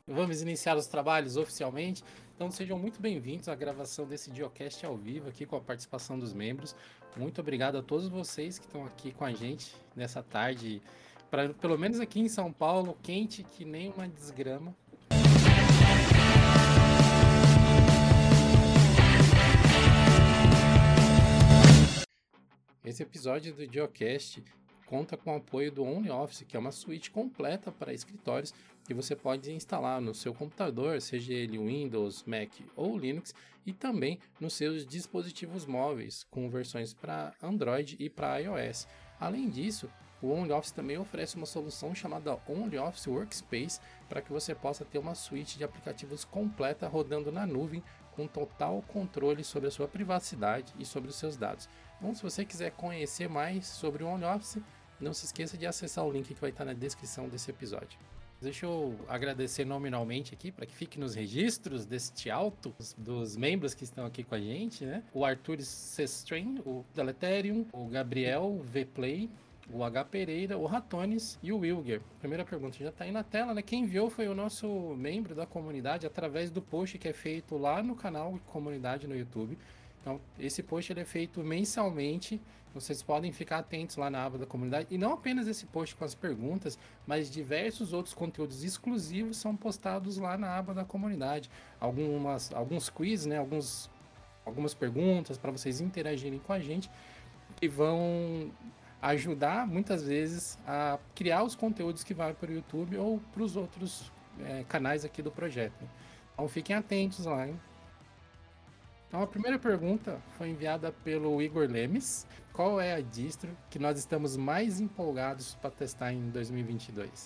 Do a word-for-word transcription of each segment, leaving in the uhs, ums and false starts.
Vamos iniciar os trabalhos oficialmente. Então sejam muito bem-vindos à gravação desse Diocast ao vivo aqui com a participação dos membros. Muito obrigado a todos vocês que estão aqui com a gente nessa tarde, pra, pelo menos aqui em São Paulo, quente que nem uma desgrama. Esse episódio do Diocast conta com o apoio do OnlyOffice, que é uma suíte completa para escritórios que você pode instalar no seu computador, seja ele Windows, Mac ou Linux, e também nos seus dispositivos móveis, com versões para Android e para iOS. Além disso, o OnlyOffice também oferece uma solução chamada OnlyOffice Workspace para que você possa ter uma suíte de aplicativos completa rodando na nuvem, com total controle sobre a sua privacidade e sobre os seus dados. Então, se você quiser conhecer mais sobre o OnlyOffice, não se esqueça de acessar o link que vai estar na descrição desse episódio. Deixa eu agradecer nominalmente aqui, para que fique nos registros deste alto, dos membros que estão aqui com a gente, né? O Arthur Sestrain, o Deleterium, o Gabriel Vplay, o H. Pereira, o Ratones e o Wilger. Primeira pergunta já está aí na tela, né? Quem enviou foi o nosso membro da comunidade através do post que é feito lá no canal Comunidade no YouTube. Então, esse post ele é feito mensalmente, vocês podem ficar atentos lá na aba da comunidade, e não apenas esse post com as perguntas, mas diversos outros conteúdos exclusivos são postados lá na aba da comunidade. Algumas, alguns quiz, né, alguns, algumas perguntas para vocês interagirem com a gente, que vão ajudar, muitas vezes, a criar os conteúdos que vão para o YouTube ou para os outros é, canais aqui do projeto. Então, fiquem atentos lá, hein? Então, a primeira pergunta foi enviada pelo Igor Lemes. Qual é a distro que nós estamos mais empolgados para testar em dois mil e vinte e dois?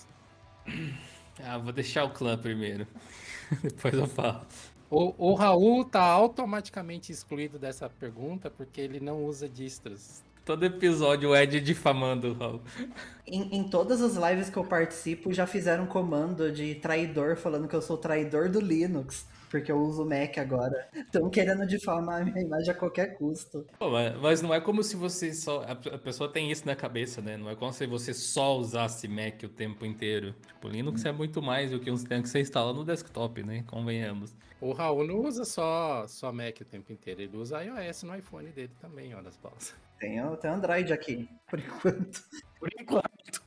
Ah, vou deixar o clã primeiro. Depois eu falo. O, o Raul tá automaticamente excluído dessa pergunta porque ele não usa distros. Todo episódio o Ed difamando o Raul. Em, em todas as lives que eu participo, já fizeram comando de traidor, falando que eu sou traidor do Linux, porque eu uso Mac agora. Estão querendo difamar a minha imagem a qualquer custo. Pô, mas, mas não é como se você só... A, a pessoa tem isso na cabeça, né? Não é como se você só usasse Mac o tempo inteiro. Tipo, Linux é muito mais do que um sistema que você instala no desktop, né? Convenhamos. O Raul não usa só, só Mac o tempo inteiro, ele usa iOS no iPhone dele também, ó, das balas. Tem, tem Android aqui, por enquanto. Por enquanto.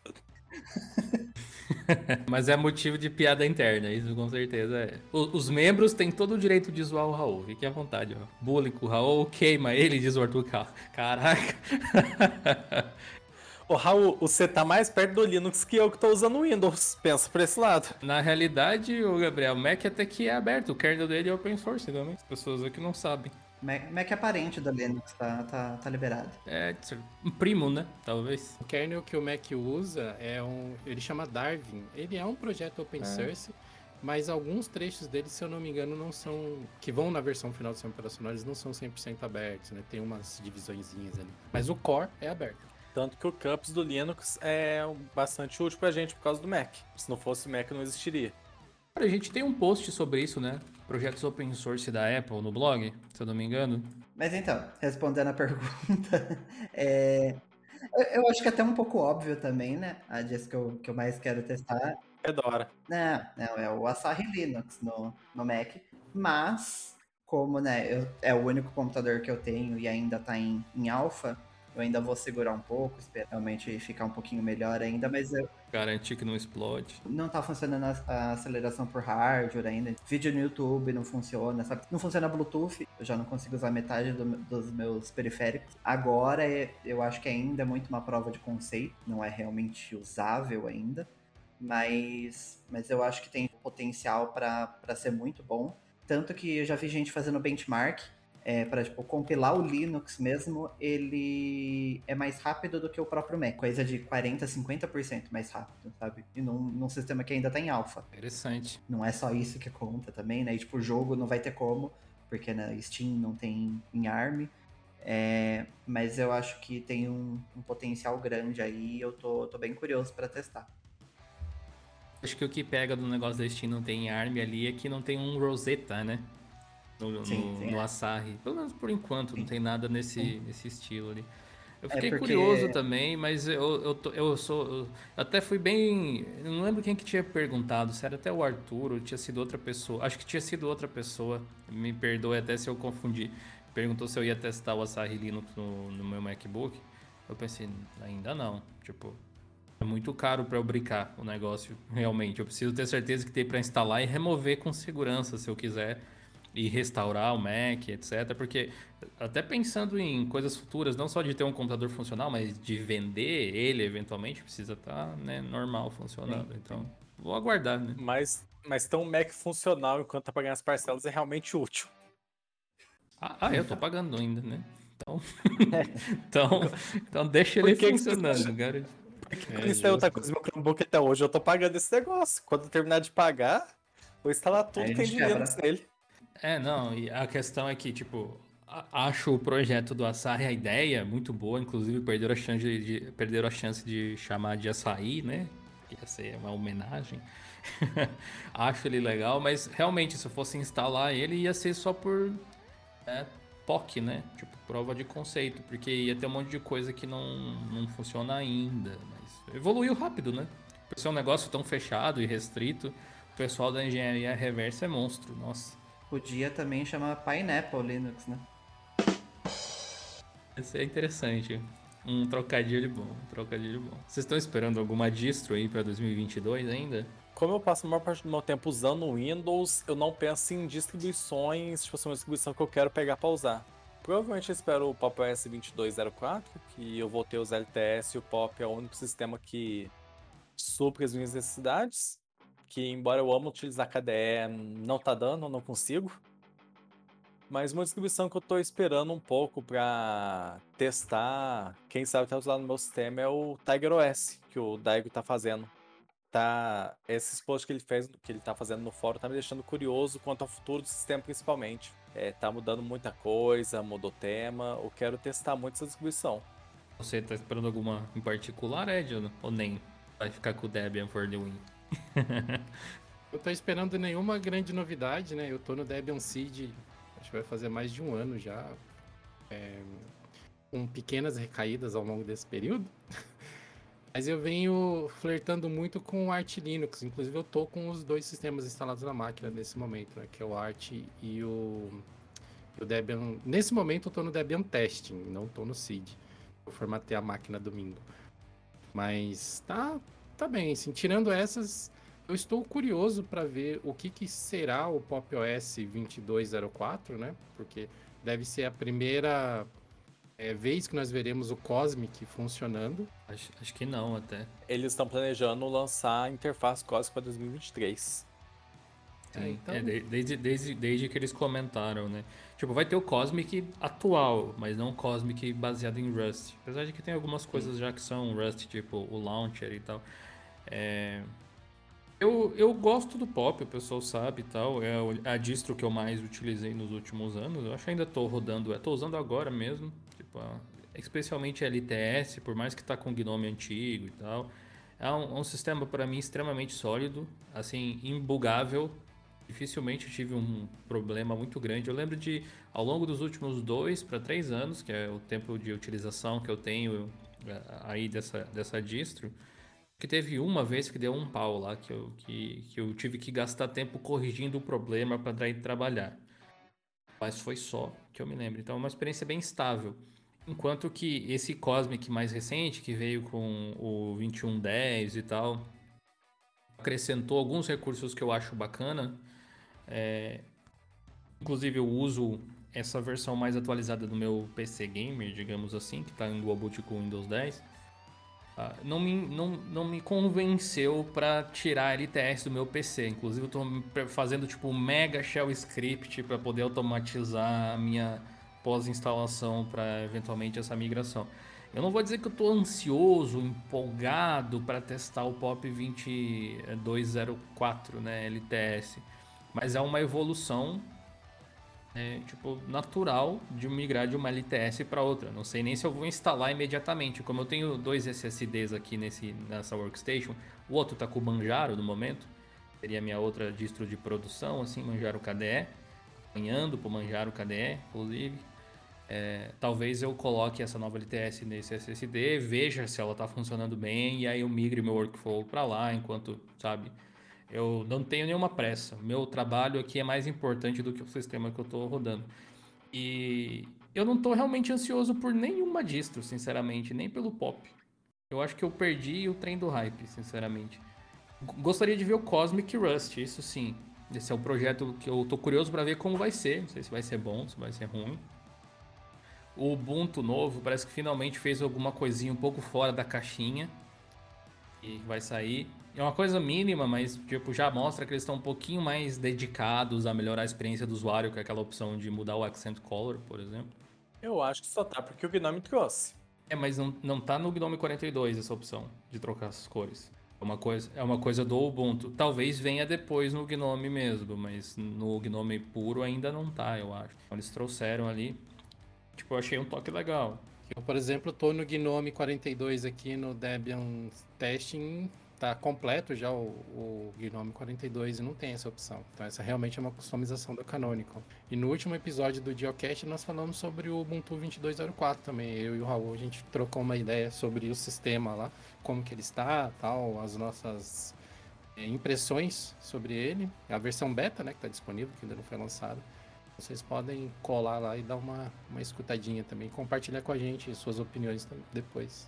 Mas é motivo de piada interna, isso com certeza é. O, os membros têm todo o direito de zoar o Raul, fique à vontade, ó. Bullying com o Raul, queima ele, diz o Arthur. Caraca. Ô Raul, você tá mais perto do Linux que eu que tô usando o Windows. Pensa por esse lado. Na realidade, o Gabriel, o Mac até que é aberto, o kernel dele é open source também. As pessoas aqui não sabem. Mac, Mac é parente da Linux, tá, tá, tá liberado. É um primo, né? Talvez. O kernel que o Mac usa é um. Ele chama Darwin. Ele é um projeto open source, mas alguns trechos dele, se eu não me engano, não são. Que vão na versão final do sistema operacional, eles não são cem por cento abertos, né? Tem umas divisõezinhas ali. Mas o core é aberto. Tanto que o campus do Linux é bastante útil pra gente por causa do Mac. Se não fosse o Mac, não existiria. A gente tem um post sobre isso, né? Projetos open source da Apple no blog, se eu não me engano. Mas então, respondendo a pergunta, é, eu, eu acho que é até um pouco óbvio também, né? A disso que eu, que eu mais quero testar. Fedora. Não, não, é o Asahi Linux no, no Mac. Mas, como né, eu, é o único computador que eu tenho e ainda tá em, em alpha, eu ainda vou segurar um pouco, esperar realmente ficar um pouquinho melhor ainda, mas eu... Garantir que não explode. Não tá funcionando a, a aceleração por hardware ainda. Vídeo no YouTube não funciona, sabe? Não funciona Bluetooth, eu já não consigo usar metade do, dos meus periféricos. Agora, é, eu acho que ainda é muito uma prova de conceito, não é realmente usável ainda. Mas, mas eu acho que tem potencial para ser muito bom. Tanto que eu já vi gente fazendo benchmark, É, para tipo, compilar o Linux mesmo, ele é mais rápido do que o próprio Mac. Coisa de quarenta, cinquenta por cento mais rápido, sabe? E num, num sistema que ainda tá em alpha. Interessante. Não é só isso que conta também, né? E tipo, o jogo não vai ter como, porque na Steam não tem em ARM. É, mas eu acho que tem um, um potencial grande aí e eu tô, tô bem curioso para testar. Acho que o que pega do negócio da Steam não tem ARM ali é que não tem um Rosetta, né? No, Sim, no, sim, no é. Asahi. Pelo menos por enquanto, Sim. não tem nada nesse, nesse estilo ali. Eu É fiquei porque- curioso também, mas eu, eu, tô- eu sou. Eu até fui bem. Eu não lembro quem que tinha perguntado, se era até o Arthur ou tinha sido outra pessoa. Acho que tinha sido outra pessoa. Me perdoe até se eu confundi. Perguntou se eu ia testar o Asahi Linux no, no meu MacBook. Eu pensei, ainda não. Tipo, é muito caro para eu brincar o negócio, realmente. Eu preciso ter certeza que tem para instalar e remover com segurança se eu quiser. E restaurar o Mac, etcétera. Porque até pensando em coisas futuras, não só de ter um computador funcional, mas de vender ele eventualmente, precisa estar, né, normal funcionando. Sim, Então, vou aguardar, né? Mas, mas ter um Mac funcional enquanto tá pagando as parcelas é realmente útil. Ah, ah, eu tô pagando ainda, né? Então, então, então deixa Por ele que que você funcionando, cara. Porque É, quando isso é outra justo. coisa, meu Chromebook até hoje, eu tô pagando esse negócio. Quando eu terminar de pagar, vou instalar tudo Aí que a tem gente de Linux quebra. nele. É, não, e a questão é que, tipo, a- acho o projeto do Asahi, a ideia muito boa, inclusive perderam a chance de, de- perderam a chance de chamar de açaí, né? Ia ser uma homenagem. Acho ele legal, mas realmente, se eu fosse instalar ele, ia ser só por é, P O C, né? Tipo, prova de conceito, porque ia ter um monte de coisa que não, não funciona ainda, mas evoluiu rápido, né? Por ser um negócio tão fechado e restrito, o pessoal da engenharia reversa é monstro, nossa. Podia também chamar Pineapple Linux, né? Esse é interessante. Um trocadilho bom, um trocadilho bom. Vocês estão esperando alguma distro aí pra dois mil e vinte e dois ainda? Como eu passo a maior parte do meu tempo usando o Windows, eu não penso em distribuições, tipo assim, uma distribuição que eu quero pegar para usar. Provavelmente eu espero o Pop! O S vinte e dois zero quatro, que eu vou ter os L T S e o Pop é o único sistema que supre as minhas necessidades. Que embora eu amo utilizar K D E, não tá dando, não consigo. Mas uma distribuição que eu tô esperando um pouco para testar, quem sabe tá usando no meu sistema, é o TigerOS, que o Daigo tá fazendo. Tá, esses posts que ele fez, que ele tá fazendo no fórum, tá me deixando curioso quanto ao futuro do sistema, principalmente. É, tá mudando muita coisa, mudou tema. Eu quero testar muito essa distribuição. Você tá esperando alguma em particular, Ed, ou nem? Vai ficar com o Debian for the win? Eu tô esperando nenhuma grande novidade, né? Eu tô no Debian Seed, acho que vai fazer mais de um ano já, é, com pequenas recaídas ao longo desse período. Mas eu venho flertando muito com o Arch Linux. Inclusive eu tô com os dois sistemas instalados na máquina nesse momento, né? Que é o Arch e o, e o Debian. Nesse momento eu tô no Debian Testing, não tô no Seed. Eu formatei a máquina domingo. Mas tá, tá bem, assim, tirando essas, eu estou curioso para ver o que, que será o Pop! O S vinte e dois zero quatro, né? Porque deve ser a primeira é, vez que nós veremos o Cosmic funcionando. Acho, acho que não, até. Eles estão planejando lançar a interface Cosmic para dois mil e vinte e três. Sim, É, então- é, de- desde, desde, desde que eles comentaram, né? Tipo, vai ter o Cosmic atual, mas não o Cosmic baseado em Rust. Apesar de que tem algumas coisas já que são Rust, tipo o Launcher e tal. É... Eu, eu gosto do Pop, o pessoal sabe e tal. É o- a distro que eu mais utilizei nos últimos anos. Eu acho que ainda tô rodando, tô usando agora mesmo. Tipo, a- especialmente a L T S, por mais que tá com Gnome antigo e tal. É um, é um sistema para mim extremamente sólido, assim, imbugável. Dificilmente eu tive um problema muito grande. Eu lembro de, ao longo dos últimos dois para três anos, que é o tempo de utilização que eu tenho é, aí dessa, dessa distro, que teve uma vez que deu um pau lá, que eu, que, que eu tive que gastar tempo corrigindo o problema para ir trabalhar. Mas foi só que eu me lembro. Então é uma experiência bem estável. Enquanto que esse Cosmic mais recente, que veio com o vinte e um dez e tal, acrescentou alguns recursos que eu acho bacana. É, inclusive eu uso essa versão mais atualizada do meu P C Gamer, digamos assim, que está em dual boot com o Windows dez. Ah, não, me, não, não me convenceu para tirar a L T S do meu P C. Inclusive eu estou fazendo tipo um mega shell script para poder automatizar a minha pós-instalação para eventualmente essa migração. Eu não vou dizer que eu estou ansioso, empolgado para testar o Pop vinte e dois zero quatro, né, L T S. Mas é uma evolução é, tipo, natural de migrar de uma L T S para outra. Não sei nem se eu vou instalar imediatamente. Como eu tenho dois S S Ds aqui nesse, nessa workstation, o outro tá com o Manjaro no momento. Seria a minha outra distro de produção, assim, Manjaro K D E. Apanhando pro Manjaro K D E, inclusive. É, talvez eu coloque essa nova L T S nesse S S D, veja se ela está funcionando bem e aí eu migre meu workflow para lá enquanto, sabe? Eu não tenho nenhuma pressa. Meu trabalho aqui é mais importante do que o sistema que eu estou rodando. E eu não estou realmente ansioso por nenhuma distro, sinceramente, nem pelo pop. Eu acho que eu perdi o trem do hype, sinceramente. Gostaria de ver o Cosmic Rust, isso sim. Esse é um projeto que eu tô curioso para ver como vai ser. Não sei se vai ser bom, se vai ser ruim. O Ubuntu novo parece que finalmente fez alguma coisinha um pouco fora da caixinha. E vai sair. É uma coisa mínima, mas tipo, já mostra que eles estão um pouquinho mais dedicados a melhorar a experiência do usuário, com aquela opção de mudar o accent color, por exemplo. Eu acho que só tá porque o Gnome trouxe. É, mas não, não tá no Gnome quarenta e dois essa opção de trocar as cores. É uma coisa, é uma coisa do Ubuntu. Talvez venha depois no Gnome mesmo, mas no Gnome puro ainda não tá, eu acho. Então, eles trouxeram ali. Tipo, eu achei um toque legal. Eu, por exemplo, tô no Gnome quarenta e dois aqui no Debian Testing, tá completo já o, o Gnome quarenta e dois e não tem essa opção. Então essa realmente é uma customização do Canonical. E no último episódio do Geocast nós falamos sobre o Ubuntu vinte e dois zero quatro também. Eu e o Raul, a gente trocou uma ideia sobre o sistema lá, como que ele está, tal, as nossas é, impressões sobre ele. A versão beta, né, que está disponível, que ainda não foi lançada. Vocês podem colar lá e dar uma, uma escutadinha também. Compartilhar com a gente suas opiniões depois.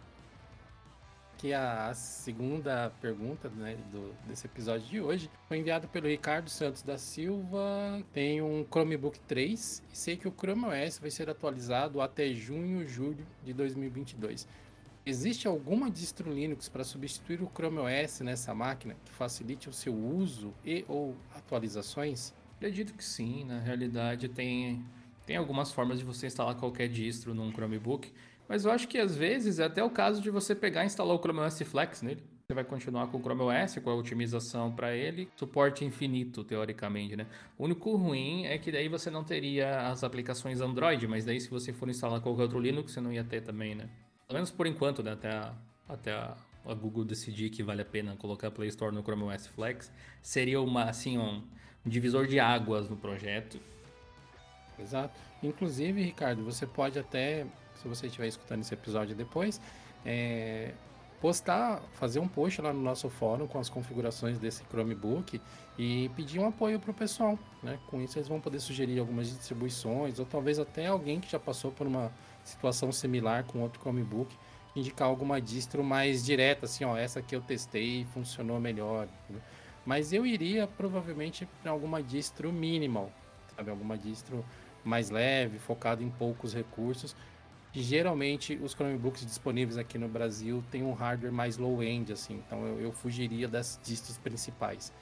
Aqui a segunda pergunta, né, do, desse episódio de hoje foi enviada pelo Ricardo Santos da Silva. Tem um Chromebook três e sei que o Chrome O S vai ser atualizado até junho, julho de dois mil e vinte e dois. Existe alguma distro Linux para substituir o Chrome O S nessa máquina que facilite o seu uso e ou atualizações? Acredito que sim, na realidade tem, tem algumas formas de você instalar qualquer distro num Chromebook, mas eu acho que às vezes é até o caso de você pegar e instalar o Chrome O S Flex nele. Você vai continuar com o Chrome O S, com a otimização para ele, suporte infinito, teoricamente, né? O único ruim é que daí você não teria as aplicações Android, mas daí se você for instalar qualquer outro Linux, você não ia ter também, né? Pelo menos por enquanto, né? Até a, até a, a Google decidir que vale a pena colocar a Play Store no Chrome O S Flex, seria uma, assim, um... um divisor de águas no projeto. Exato. Inclusive, Ricardo, você pode até, se você estiver escutando esse episódio depois, é, postar, fazer um post lá no nosso fórum com as configurações desse Chromebook e pedir um apoio para o pessoal, né? Com isso eles vão poder sugerir algumas distribuições ou talvez até alguém que já passou por uma situação similar com outro Chromebook, indicar alguma distro mais direta, assim, ó, essa aqui eu testei e funcionou melhor, né? Mas eu iria provavelmente para alguma distro minimal, sabe? Alguma distro mais leve, focada em poucos recursos. E geralmente os Chromebooks disponíveis aqui no Brasil têm um hardware mais low-end, assim. Então eu, eu fugiria das distros principais.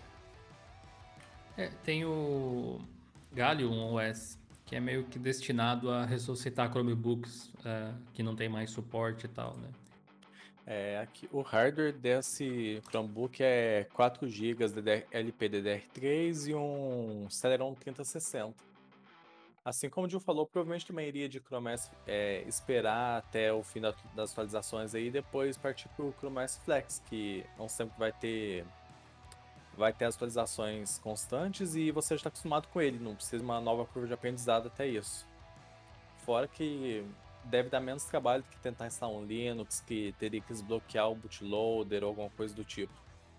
É, tem o Gallium O S, que é meio que destinado a ressuscitar Chromebooks é, que não tem mais suporte e tal, né? É, aqui, o hardware desse Chromebook é quatro gigas de L P D D R três e um Celeron trinta sessenta. Assim como o Gil falou, provavelmente também iria de Chrome O S é, esperar até o fim da, das atualizações aí e depois partir para o Chrome O S Flex, que não sempre vai ter vai ter as atualizações constantes e você já está acostumado com ele, não precisa de uma nova curva de aprendizado até isso. Fora que deve dar menos trabalho do que tentar instalar um Linux, que teria que desbloquear o bootloader ou alguma coisa do tipo.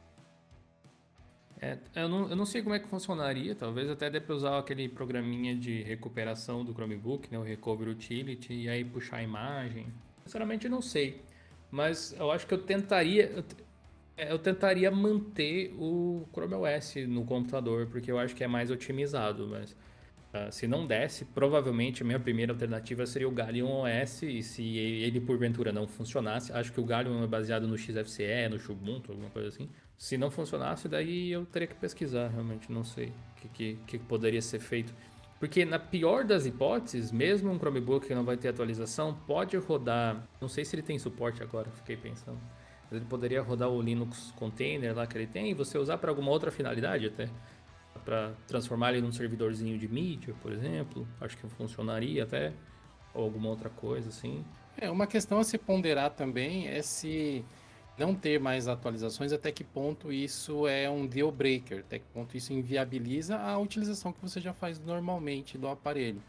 É, eu, não, eu não sei como é que funcionaria, talvez até dê para usar aquele programinha de recuperação do Chromebook, né, o Recover Utility, e aí puxar a imagem. Sinceramente eu não sei, mas eu acho que eu tentaria, eu, eu tentaria manter o Chrome O S no computador, porque eu acho que é mais otimizado, mas... Uh, se não desse, provavelmente a minha primeira alternativa seria o Gallium O S, e se ele porventura não funcionasse, acho que o Gallium é baseado no X F C E, no Ubuntu, alguma coisa assim. Se não funcionasse, daí eu teria que pesquisar, realmente não sei o que, que, que poderia ser feito. Porque na pior das hipóteses, mesmo um Chromebook que não vai ter atualização, pode rodar, não sei se ele tem suporte agora, fiquei pensando, mas ele poderia rodar o Linux Container lá que ele tem e você usar para alguma outra finalidade até. Para transformar ele num servidorzinho de mídia, por exemplo, acho que funcionaria até, ou alguma outra coisa assim. É, uma questão a se ponderar também é se não ter mais atualizações, até que ponto isso é um deal breaker, até que ponto isso inviabiliza a utilização que você já faz normalmente do aparelho.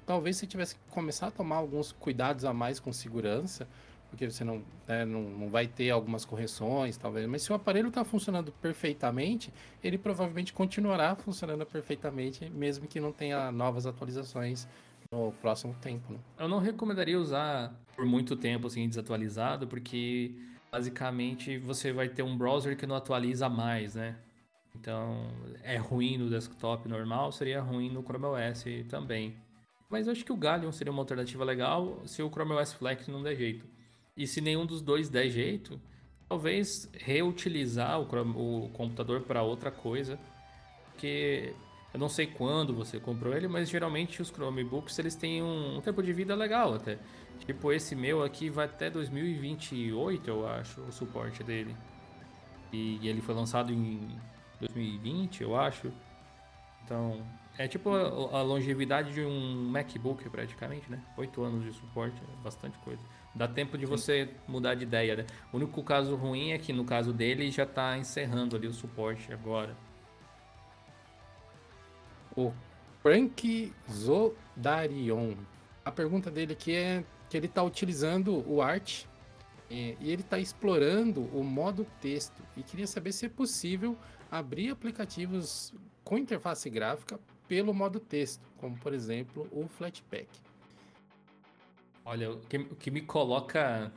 talvez você tivesse que começar a tomar alguns cuidados a mais com segurança, porque você não, né, não, não vai ter algumas correções, talvez. Mas se o aparelho está funcionando perfeitamente, ele provavelmente continuará funcionando perfeitamente, mesmo que não tenha novas atualizações no próximo tempo, né? Eu não recomendaria usar por muito tempo assim desatualizado, porque basicamente você vai ter um browser que não atualiza mais, né? Então é ruim no desktop normal, seria ruim no Chrome O S também. Mas eu acho que o Galleon seria uma alternativa legal se o Chrome O S Flex não der jeito. E se nenhum dos dois der jeito, talvez reutilizar o, Chrome, o computador para outra coisa, porque eu não sei quando você comprou ele, mas geralmente os Chromebooks eles têm um, um tempo de vida legal até. Tipo, esse meu aqui vai até dois mil e vinte e oito, eu acho, o suporte dele. E, e ele foi lançado em dois mil e vinte, eu acho. Então, é tipo a, a longevidade de um MacBook praticamente, né? Oito anos de suporte, é bastante coisa. Dá tempo de você mudar de ideia, né? O único caso ruim é que no caso dele já tá encerrando ali o suporte agora. O Frank Zodarion. A pergunta dele aqui é que ele está utilizando o Arch e, e ele está explorando o modo texto e queria saber se é possível abrir aplicativos com interface gráfica pelo modo texto, como por exemplo o Flatpak. Olha, o que, o que me coloca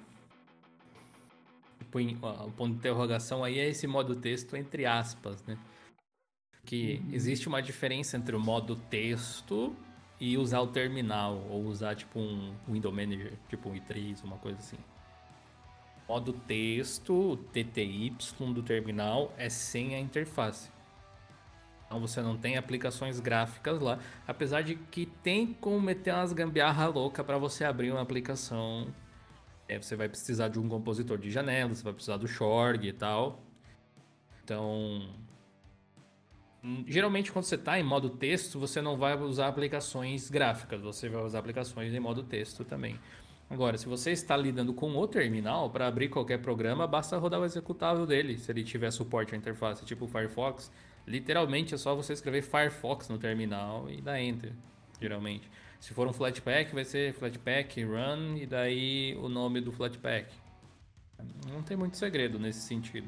tipo, em, ó, o ponto de interrogação aí é esse modo texto entre aspas, né? Que uhum. Existe uma diferença entre o modo texto e usar o terminal, ou usar tipo um Window Manager, tipo um i três, uma coisa assim. Modo texto, o T T Y do terminal é sem a interface. Então você não tem aplicações gráficas lá, apesar de que tem como meter umas gambiarra louca para você abrir uma aplicação. É, você vai precisar de um compositor de janelas, você vai precisar do Shorg e tal. Então, geralmente quando você está em modo texto, você não vai usar aplicações gráficas, você vai usar aplicações em modo texto também. Agora, se você está lidando com o terminal, para abrir qualquer programa, basta rodar o executável dele, se ele tiver suporte à interface, tipo o Firefox. Literalmente é só você escrever Firefox no terminal e dar Enter, geralmente. Se for um Flatpak, vai ser Flatpak Run e daí o nome do Flatpak. Não tem muito segredo nesse sentido.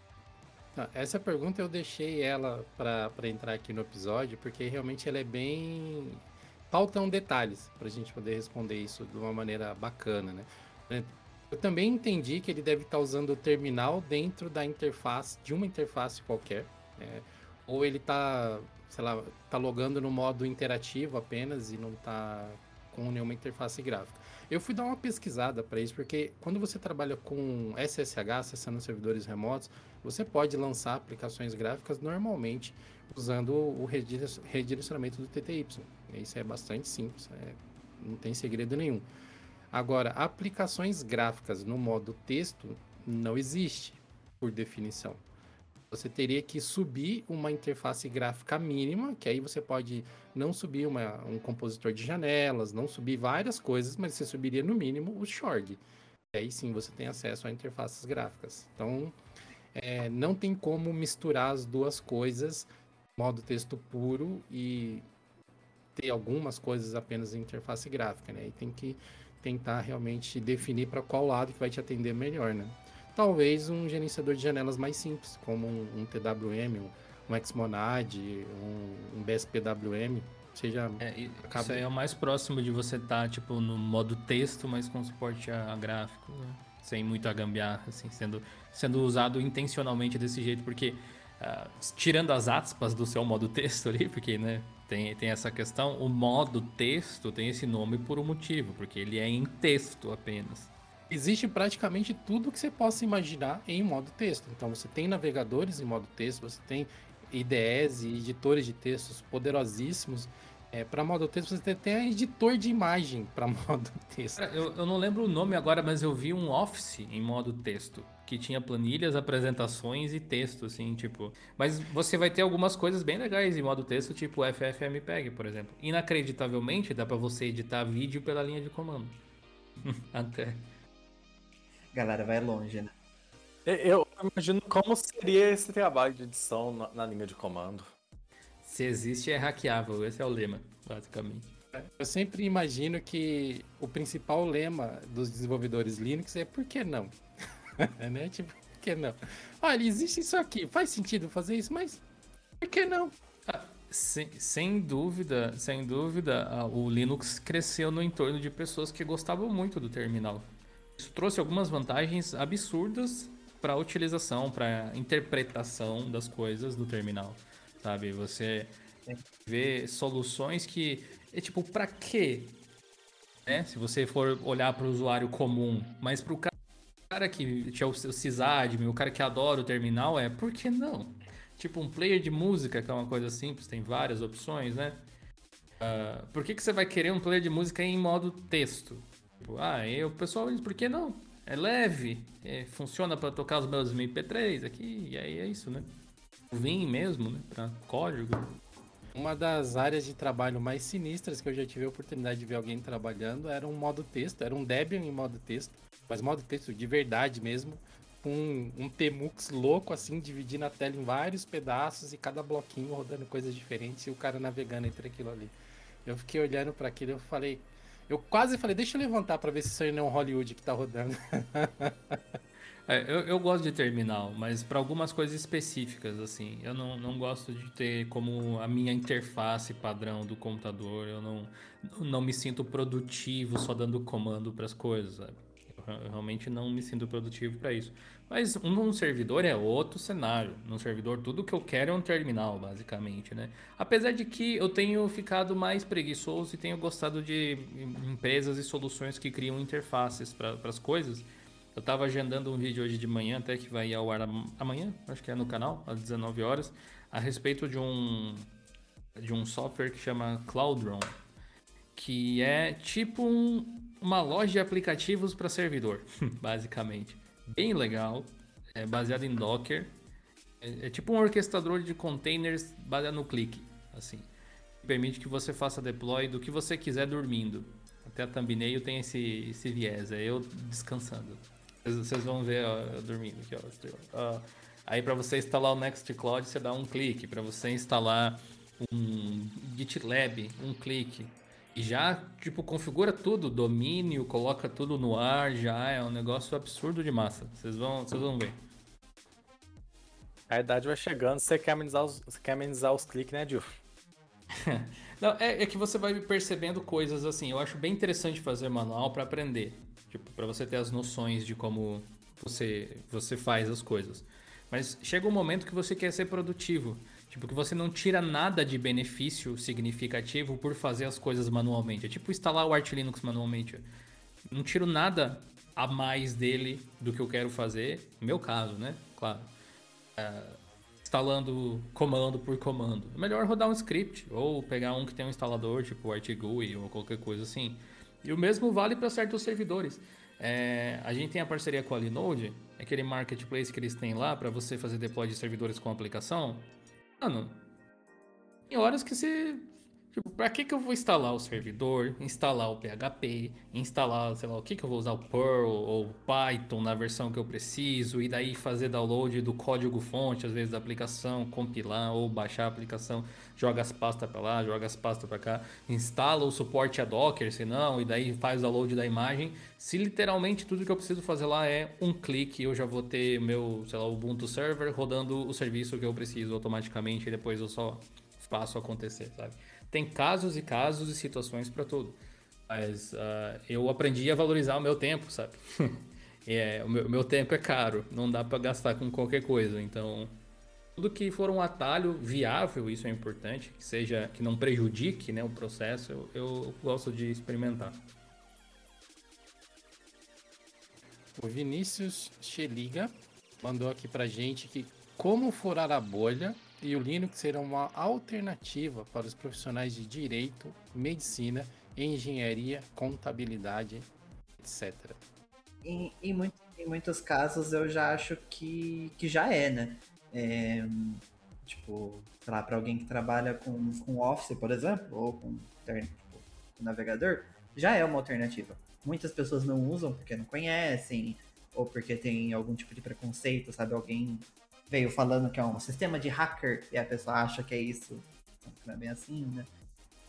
Essa pergunta eu deixei ela para entrar aqui no episódio, porque realmente ela é bem... Faltam detalhes para a gente poder responder isso de uma maneira bacana, né? Eu também entendi que ele deve estar usando o terminal dentro da interface, de uma interface qualquer, né? Ou ele está, sei lá, tá logando no modo interativo apenas e não está com nenhuma interface gráfica. Eu fui dar uma pesquisada para isso, porque quando você trabalha com S S H, acessando servidores remotos, você pode lançar aplicações gráficas normalmente usando o redirecionamento do T T Y. Isso é bastante simples, é, não tem segredo nenhum. Agora, aplicações gráficas no modo texto não existe, por definição. Você teria que subir uma interface gráfica mínima, que aí você pode não subir uma, um compositor de janelas, não subir várias coisas, mas você subiria no mínimo o Shorg. E aí sim você tem acesso a interfaces gráficas. Então, é, não tem como misturar as duas coisas, modo texto puro e ter algumas coisas apenas em interface gráfica, né? E tem que tentar realmente definir para qual lado que vai te atender melhor, né? Talvez um gerenciador de janelas mais simples, como um, um T W M, um, um Xmonad, um, um B S P W M, seja... É, acaba... Isso aí é o mais próximo de você estar, tá, tipo, no modo texto, mas com suporte a, a gráfico, né? Sem muita gambiarra, assim, sendo, sendo usado intencionalmente desse jeito, porque uh, tirando as aspas do seu modo texto ali, porque, né, tem, tem essa questão, o modo texto tem esse nome por um motivo, porque ele é em texto apenas. Existe praticamente tudo que você possa imaginar em modo texto. Então, você tem navegadores em modo texto, você tem I D Es e editores de textos poderosíssimos. É, para modo texto, você tem até editor de imagem para modo texto. Cara, eu, eu não lembro o nome agora, mas eu vi um Office em modo texto, que tinha planilhas, apresentações e texto, assim, tipo... Mas você vai ter algumas coisas bem legais em modo texto, tipo F F M P E G, por exemplo. Inacreditavelmente, dá para você editar vídeo pela linha de comando. Até... Galera, vai longe, né? Eu imagino como seria esse trabalho de edição na, na linha de comando. Se existe, é hackeável. Esse é o lema, basicamente. Eu sempre imagino que o principal lema dos desenvolvedores Linux é por que não? né? Tipo, por que não? Olha, existe isso aqui, faz sentido fazer isso, mas por que não? Ah, sem, sem dúvida, sem dúvida, ah, o Linux cresceu no entorno de pessoas que gostavam muito do terminal. Isso trouxe algumas vantagens absurdas para a utilização, para a interpretação das coisas do terminal, sabe? Você vê soluções que é tipo, para quê? Né? Se você for olhar para o usuário comum, mas para o cara que tinha o sysadmin, o cara que adora o terminal, é por que não? Tipo, um player de música, que é uma coisa simples, tem várias opções, né? Uh, por que, que você vai querer um player de música em modo texto? Tipo, ah, e o pessoal diz, por que não? É leve, é, funciona para tocar os meus M P três aqui, e aí é isso, né? Vim mesmo, né? Para código. Uma das áreas de trabalho mais sinistras que eu já tive a oportunidade de ver alguém trabalhando era um modo texto, era um Debian em modo texto, mas modo texto de verdade mesmo, com um, um Tmux louco assim, dividindo a tela em vários pedaços e cada bloquinho rodando coisas diferentes e o cara navegando entre aquilo ali. Eu fiquei olhando para aquilo e eu falei, eu quase falei, deixa eu levantar para ver se isso aí não é um Hollywood que tá rodando. É, eu, eu gosto de terminal, mas para algumas coisas específicas, assim. Eu não, não gosto de ter como a minha interface padrão do computador. Eu não, não me sinto produtivo só dando comando para as coisas, sabe? Eu, eu realmente não me sinto produtivo para isso. Mas num servidor é outro cenário. Num servidor, tudo que eu quero é um terminal, basicamente, né? Apesar de que eu tenho ficado mais preguiçoso e tenho gostado de empresas e soluções que criam interfaces para as coisas. Eu tava agendando um vídeo hoje de manhã, até que vai ao ar amanhã, acho que é no canal, às dezenove horas, a respeito de um, de um software que chama Cloudron, que é tipo um, uma loja de aplicativos para servidor, basicamente. Bem legal, é baseado em Docker, é, é tipo um orquestrador de containers baseado no clique, assim. Permite que você faça deploy do que você quiser dormindo. Até a thumbnail tem esse, esse viés, é eu descansando. Vocês vão ver, ó, eu dormindo aqui, ó. Uh, aí para você instalar o Nextcloud, você dá um clique. Para você instalar um GitLab, um clique. E já, tipo, configura tudo, domínio, coloca tudo no ar, já é um negócio absurdo de massa. Vocês vão, vocês vão ver. A idade vai chegando, você quer amenizar os, você quer amenizar os cliques, né, Gil? Não, é, é que você vai percebendo coisas assim. Eu acho bem interessante fazer manual para aprender. Tipo, para você ter as noções de como você, você faz as coisas. Mas chega um momento que você quer ser produtivo. Tipo, que você não tira nada de benefício significativo por fazer as coisas manualmente. É tipo instalar o Arch Linux manualmente. Não tiro nada a mais dele do que eu quero fazer. No meu caso, né? Claro. É, instalando comando por comando. É melhor rodar um script ou pegar um que tem um instalador, tipo o ArchGUI ou qualquer coisa assim. E o mesmo vale para certos servidores. É, a gente tem a parceria com a Linode, aquele marketplace que eles têm lá para você fazer deploy de servidores com aplicação. Mano, tem horas que você... Tipo, pra que que eu vou instalar o servidor, instalar o P H P, instalar, sei lá, o que que eu vou usar, o Perl ou Python na versão que eu preciso, e daí fazer download do código fonte, às vezes da aplicação, compilar ou baixar a aplicação, joga as pastas pra lá, joga as pastas pra cá, instala o suporte a Docker, se não, e daí faz o download da imagem. Se literalmente tudo que eu preciso fazer lá é um clique, eu já vou ter meu, sei lá, Ubuntu Server rodando o serviço que eu preciso automaticamente e depois eu só faço acontecer, sabe? Tem casos e casos e situações para tudo. Mas uh, eu aprendi a valorizar o meu tempo, sabe? é, o, meu, o meu tempo é caro, não dá para gastar com qualquer coisa. Então, tudo que for um atalho viável, isso é importante, que seja, que não prejudique, né, o processo, eu, eu gosto de experimentar. O Vinícius Cheliga mandou aqui pra gente que como furar a bolha e o Linux será uma alternativa para os profissionais de direito, medicina, engenharia, contabilidade, etcétera. Em, em, muito, em muitos casos eu já acho que, que já é, né? É, tipo, sei lá, para alguém que trabalha com, com Office, por exemplo, ou com, tipo, com navegador, já é uma alternativa. Muitas pessoas não usam porque não conhecem, ou porque tem algum tipo de preconceito, sabe? Alguém veio falando que é um sistema de hacker e a pessoa acha que é isso. Não é bem assim, né?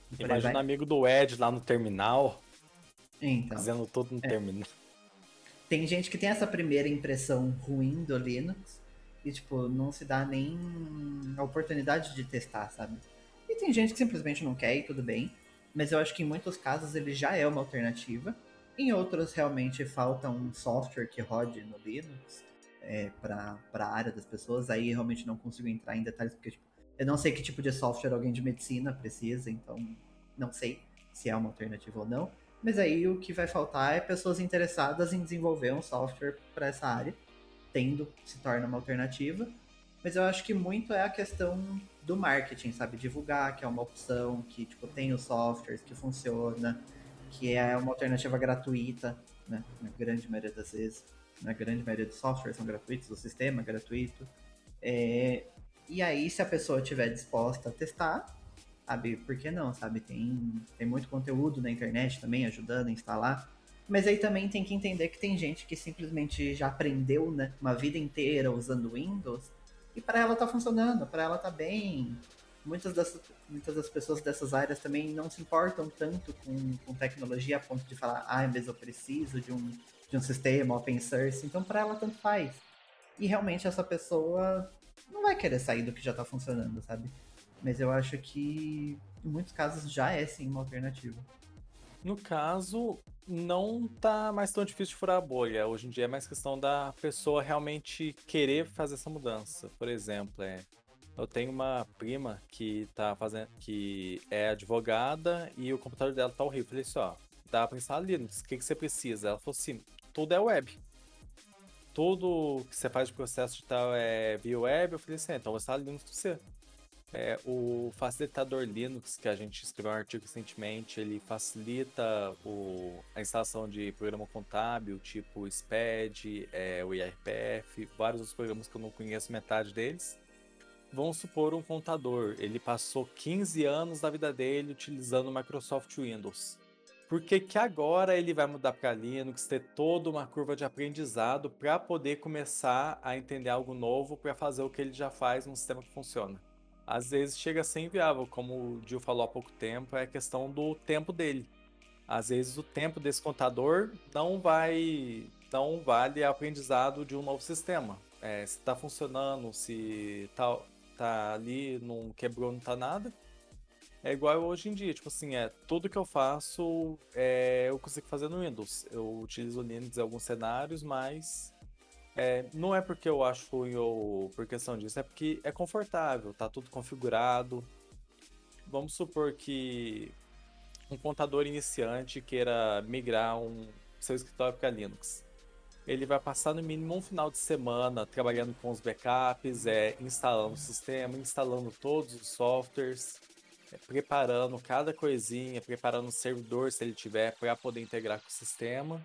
E por aí Imagina o vai. amigo do Ed lá no terminal, Então, fazendo tudo no terminal. tem gente que tem essa primeira impressão ruim do Linux e, tipo, não se dá nem a oportunidade de testar, sabe? E tem gente que simplesmente não quer e tudo bem, mas eu acho que em muitos casos ele já é uma alternativa. Em outros, realmente, falta um software que rode no Linux é, para a área das pessoas. Aí, realmente, não consigo entrar em detalhes, porque tipo, eu não sei que tipo de software alguém de medicina precisa, então não sei se é uma alternativa ou não. Mas aí o que vai faltar é pessoas interessadas em desenvolver um software para essa área, tendo se torna uma alternativa. Mas eu acho que muito é a questão do marketing, sabe? Divulgar que é uma opção, que tipo, tem os softwares, que funciona, que é uma alternativa gratuita, né? Na grande maioria das vezes. Na grande maioria dos softwares são gratuitos, o sistema é gratuito. É... E aí, se a pessoa estiver disposta a testar, sabe? Por que não, sabe? Tem, tem muito conteúdo na internet também ajudando a instalar. Mas aí também tem que entender que tem gente que simplesmente já aprendeu, né? Uma vida inteira usando Windows e para ela tá funcionando, para ela tá bem. Muitas das, muitas das pessoas dessas áreas também não se importam tanto com, com tecnologia a ponto de falar, ah, mas eu preciso de um, de um sistema open source. Então, para ela, tanto faz. E realmente essa pessoa não vai querer sair do que já tá funcionando, sabe? Mas eu acho que em muitos casos já é sim uma alternativa. No caso, não tá mais tão difícil de furar a bolha. Hoje em dia é mais questão da pessoa realmente querer fazer essa mudança. Por exemplo, é, eu tenho uma prima que tá fazendo, que é advogada e o computador dela tá horrível. Eu falei assim, ó, dá pra instalar Linux, o que, que você precisa? Ela falou assim, tudo é web. Tudo que você faz de processo de tal é via web. Eu falei assim, então eu vou instalar Linux pra você. É, o facilitador Linux, que a gente escreveu um artigo recentemente, ele facilita o, a instalação de programa contábil, tipo o SPED, é, o I R P F, vários outros programas que eu não conheço metade deles. Vamos supor um contador, ele passou quinze anos da vida dele utilizando o Microsoft Windows. Por que que agora ele vai mudar para Linux, ter toda uma curva de aprendizado para poder começar a entender algo novo para fazer o que ele já faz num sistema que funciona? Às vezes chega a ser inviável, como o Gil falou há pouco tempo, é a questão do tempo dele. Às vezes o tempo desse contador não vai, não vale o aprendizado de um novo sistema. É, se está funcionando, se tá, tá ali, não quebrou, não tá nada. É igual hoje em dia, tipo assim, é, tudo que eu faço é, eu consigo fazer no Windows. Eu utilizo o Linux em alguns cenários, mas é, não é porque eu acho ruim ou por questão disso, é porque é confortável, tá tudo configurado. Vamos supor que um contador iniciante queira migrar um seu escritório para Linux. Ele vai passar no mínimo um final de semana trabalhando com os backups, é, instalando o sistema, instalando todos os softwares, é, preparando cada coisinha, preparando o servidor se ele tiver para poder integrar com o sistema.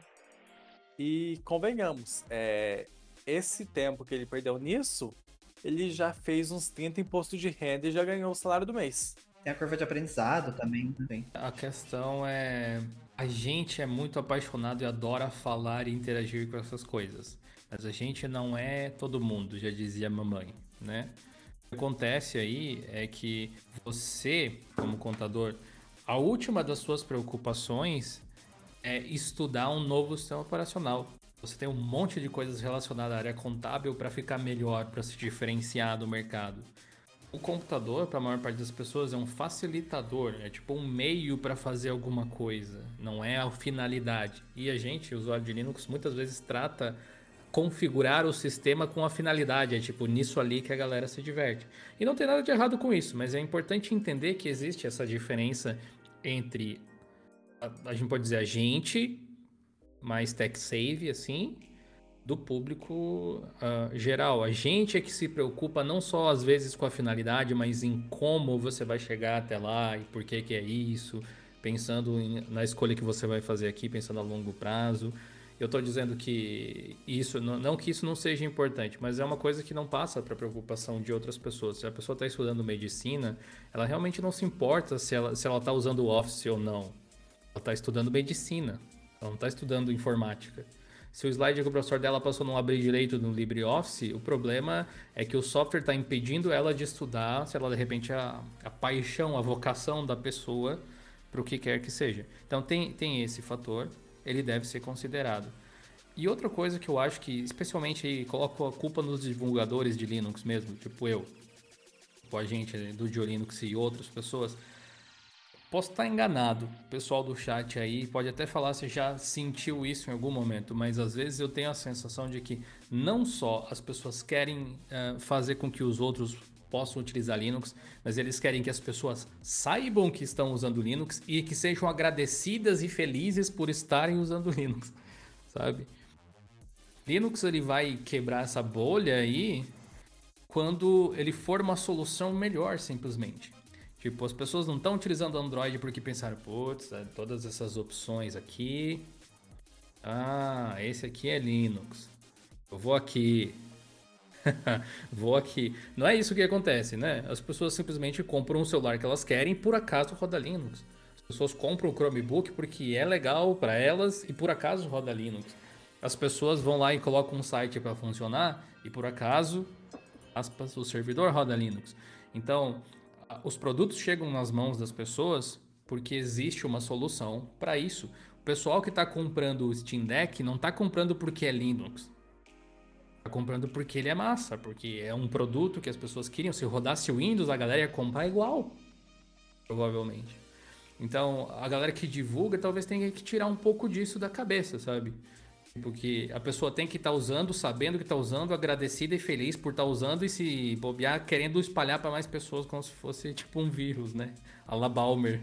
E convenhamos, é, esse tempo que ele perdeu nisso, ele já fez uns trinta impostos de renda e já ganhou o salário do mês. Tem a curva de aprendizado também. também. A questão é... A gente é muito apaixonado e adora falar e interagir com essas coisas. Mas a gente não é todo mundo, já dizia a mamãe, né? O que acontece aí é que você, como contador, a última das suas preocupações é estudar um novo sistema operacional. Você tem um monte de coisas relacionadas à área contábil para ficar melhor, para se diferenciar do mercado. O computador, para a maior parte das pessoas, é um facilitador, é tipo um meio para fazer alguma coisa, não é a finalidade. E a gente, usuário de Linux, muitas vezes trata configurar o sistema com a finalidade, é tipo nisso ali que a galera se diverte. E não tem nada de errado com isso, mas é importante entender que existe essa diferença entre, a, a gente pode dizer, a gente, mais tech-savvy, assim, do público uh, geral. A gente é que se preocupa não só às vezes com a finalidade, mas em como você vai chegar até lá e por que que é isso, pensando em, na escolha que você vai fazer aqui, pensando a longo prazo. Eu estou dizendo que isso, não, não que isso não seja importante, mas é uma coisa que não passa para preocupação de outras pessoas. Se a pessoa está estudando medicina, ela realmente não se importa se ela se ela está usando o Office ou não. Ela está estudando medicina, ela não está estudando informática. Se o slide que o professor dela passou não abrir direito no LibreOffice, o problema é que o software está impedindo ela de estudar, se ela de repente a, a paixão, a vocação da pessoa para o que quer que seja. Então tem, tem esse fator, ele deve ser considerado. E outra coisa que eu acho que, especialmente aí, coloco a culpa nos divulgadores de Linux mesmo, tipo eu, tipo a gente do GeoLinux e outras pessoas. Posso estar enganado, o pessoal do chat aí pode até falar se já sentiu isso em algum momento, mas às vezes eu tenho a sensação de que não só as pessoas querem uh, fazer com que os outros possam utilizar Linux, mas eles querem que as pessoas saibam que estão usando Linux e que sejam agradecidas e felizes por estarem usando Linux, sabe? Linux ele vai quebrar essa bolha aí quando ele for uma solução melhor, simplesmente. Tipo, as pessoas não estão utilizando Android porque pensaram, putz, todas essas opções aqui. Ah, esse aqui é Linux. Eu vou aqui. Vou aqui. Não é isso que acontece, né? As pessoas simplesmente compram um celular que elas querem e por acaso roda Linux. As pessoas compram o Chromebook porque é legal para elas e por acaso roda Linux. As pessoas vão lá e colocam um site para funcionar e por acaso, aspas, o servidor roda Linux. Então, os produtos chegam nas mãos das pessoas porque existe uma solução para isso. O pessoal que está comprando o Steam Deck não está comprando porque é Linux. Está comprando porque ele é massa, porque é um produto que as pessoas queriam. Se rodasse o Windows, a galera ia comprar igual, provavelmente. Então, a galera que divulga talvez tenha que tirar um pouco disso da cabeça, sabe? Porque a pessoa tem que estar tá usando, sabendo que está usando, agradecida e feliz por estar tá usando e se bobear, querendo espalhar para mais pessoas como se fosse tipo um vírus, né? A la Balmer.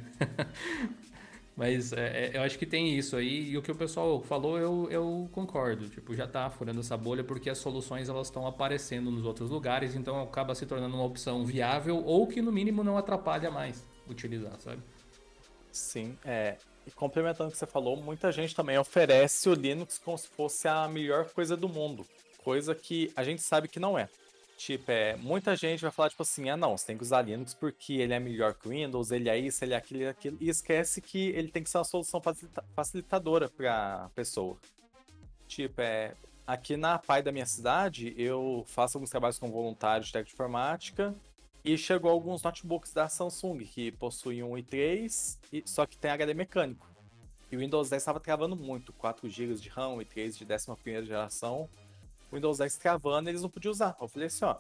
Mas é, eu acho que tem isso aí e o que o pessoal falou eu, eu concordo. Tipo, já tá furando essa bolha porque as soluções elas estão aparecendo nos outros lugares, então acaba se tornando uma opção viável ou que no mínimo não atrapalha mais utilizar, sabe? Sim, é... E complementando o que você falou, muita gente também oferece o Linux como se fosse a melhor coisa do mundo. Coisa que a gente sabe que não é. Tipo, é, muita gente vai falar, tipo assim, ah não, você tem que usar Linux porque ele é melhor que o Windows, ele é isso, ele é aquilo, ele é aquilo. E esquece que ele tem que ser uma solução facilita- facilitadora para a pessoa. Tipo, é, aqui na P A I da minha cidade, eu faço alguns trabalhos como voluntário de técnica de informática. E chegou alguns notebooks da Samsung que possuem um i três, e, só que tem H D mecânico. E o Windows dez estava travando muito, quatro gigas de RAM, i três de décima primeira geração. O Windows dez travando, eles não podiam usar. Eu falei assim, ó,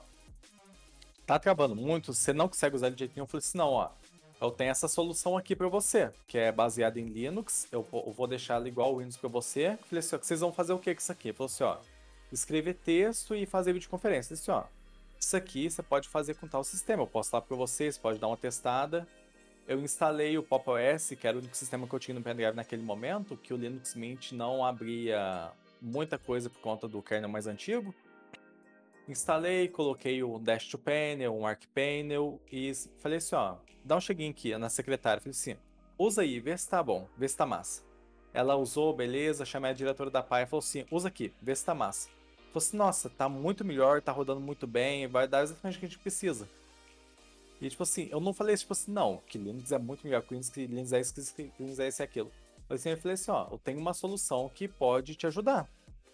tá travando muito, você não consegue usar de jeito nenhum. Eu falei assim, não, ó, eu tenho essa solução aqui para você, que é baseada em Linux, eu vou, eu vou deixar ela igual o Windows para você. Eu falei assim, ó, vocês vão fazer o que com isso aqui? Ele falou assim, ó, escrever texto e fazer videoconferência. Eu falei assim, ó, isso aqui você pode fazer com tal sistema. Eu posso falar para vocês, pode dar uma testada. Eu instalei o Pop! O S, que era o único sistema que eu tinha no pendrive naquele momento, que o Linux Mint não abria muita coisa por conta do kernel mais antigo. Instalei, coloquei o Dash to Panel, um Arc Panel e falei assim, ó, dá um cheguinho aqui na secretária. Falei assim, usa aí, vê se tá bom, vê se tá massa. Ela usou, beleza, chamei a diretora da P A I e falou assim, usa aqui, vê se tá massa. Falei assim, nossa, tá muito melhor, tá rodando muito bem, vai dar exatamente o que a gente precisa. E tipo assim, eu não falei tipo assim, não, que Linux é muito melhor que Linux, que Linux é isso, que Linux é isso e aquilo. Eu assim, eu falei assim, ó, eu tenho uma solução que pode te ajudar.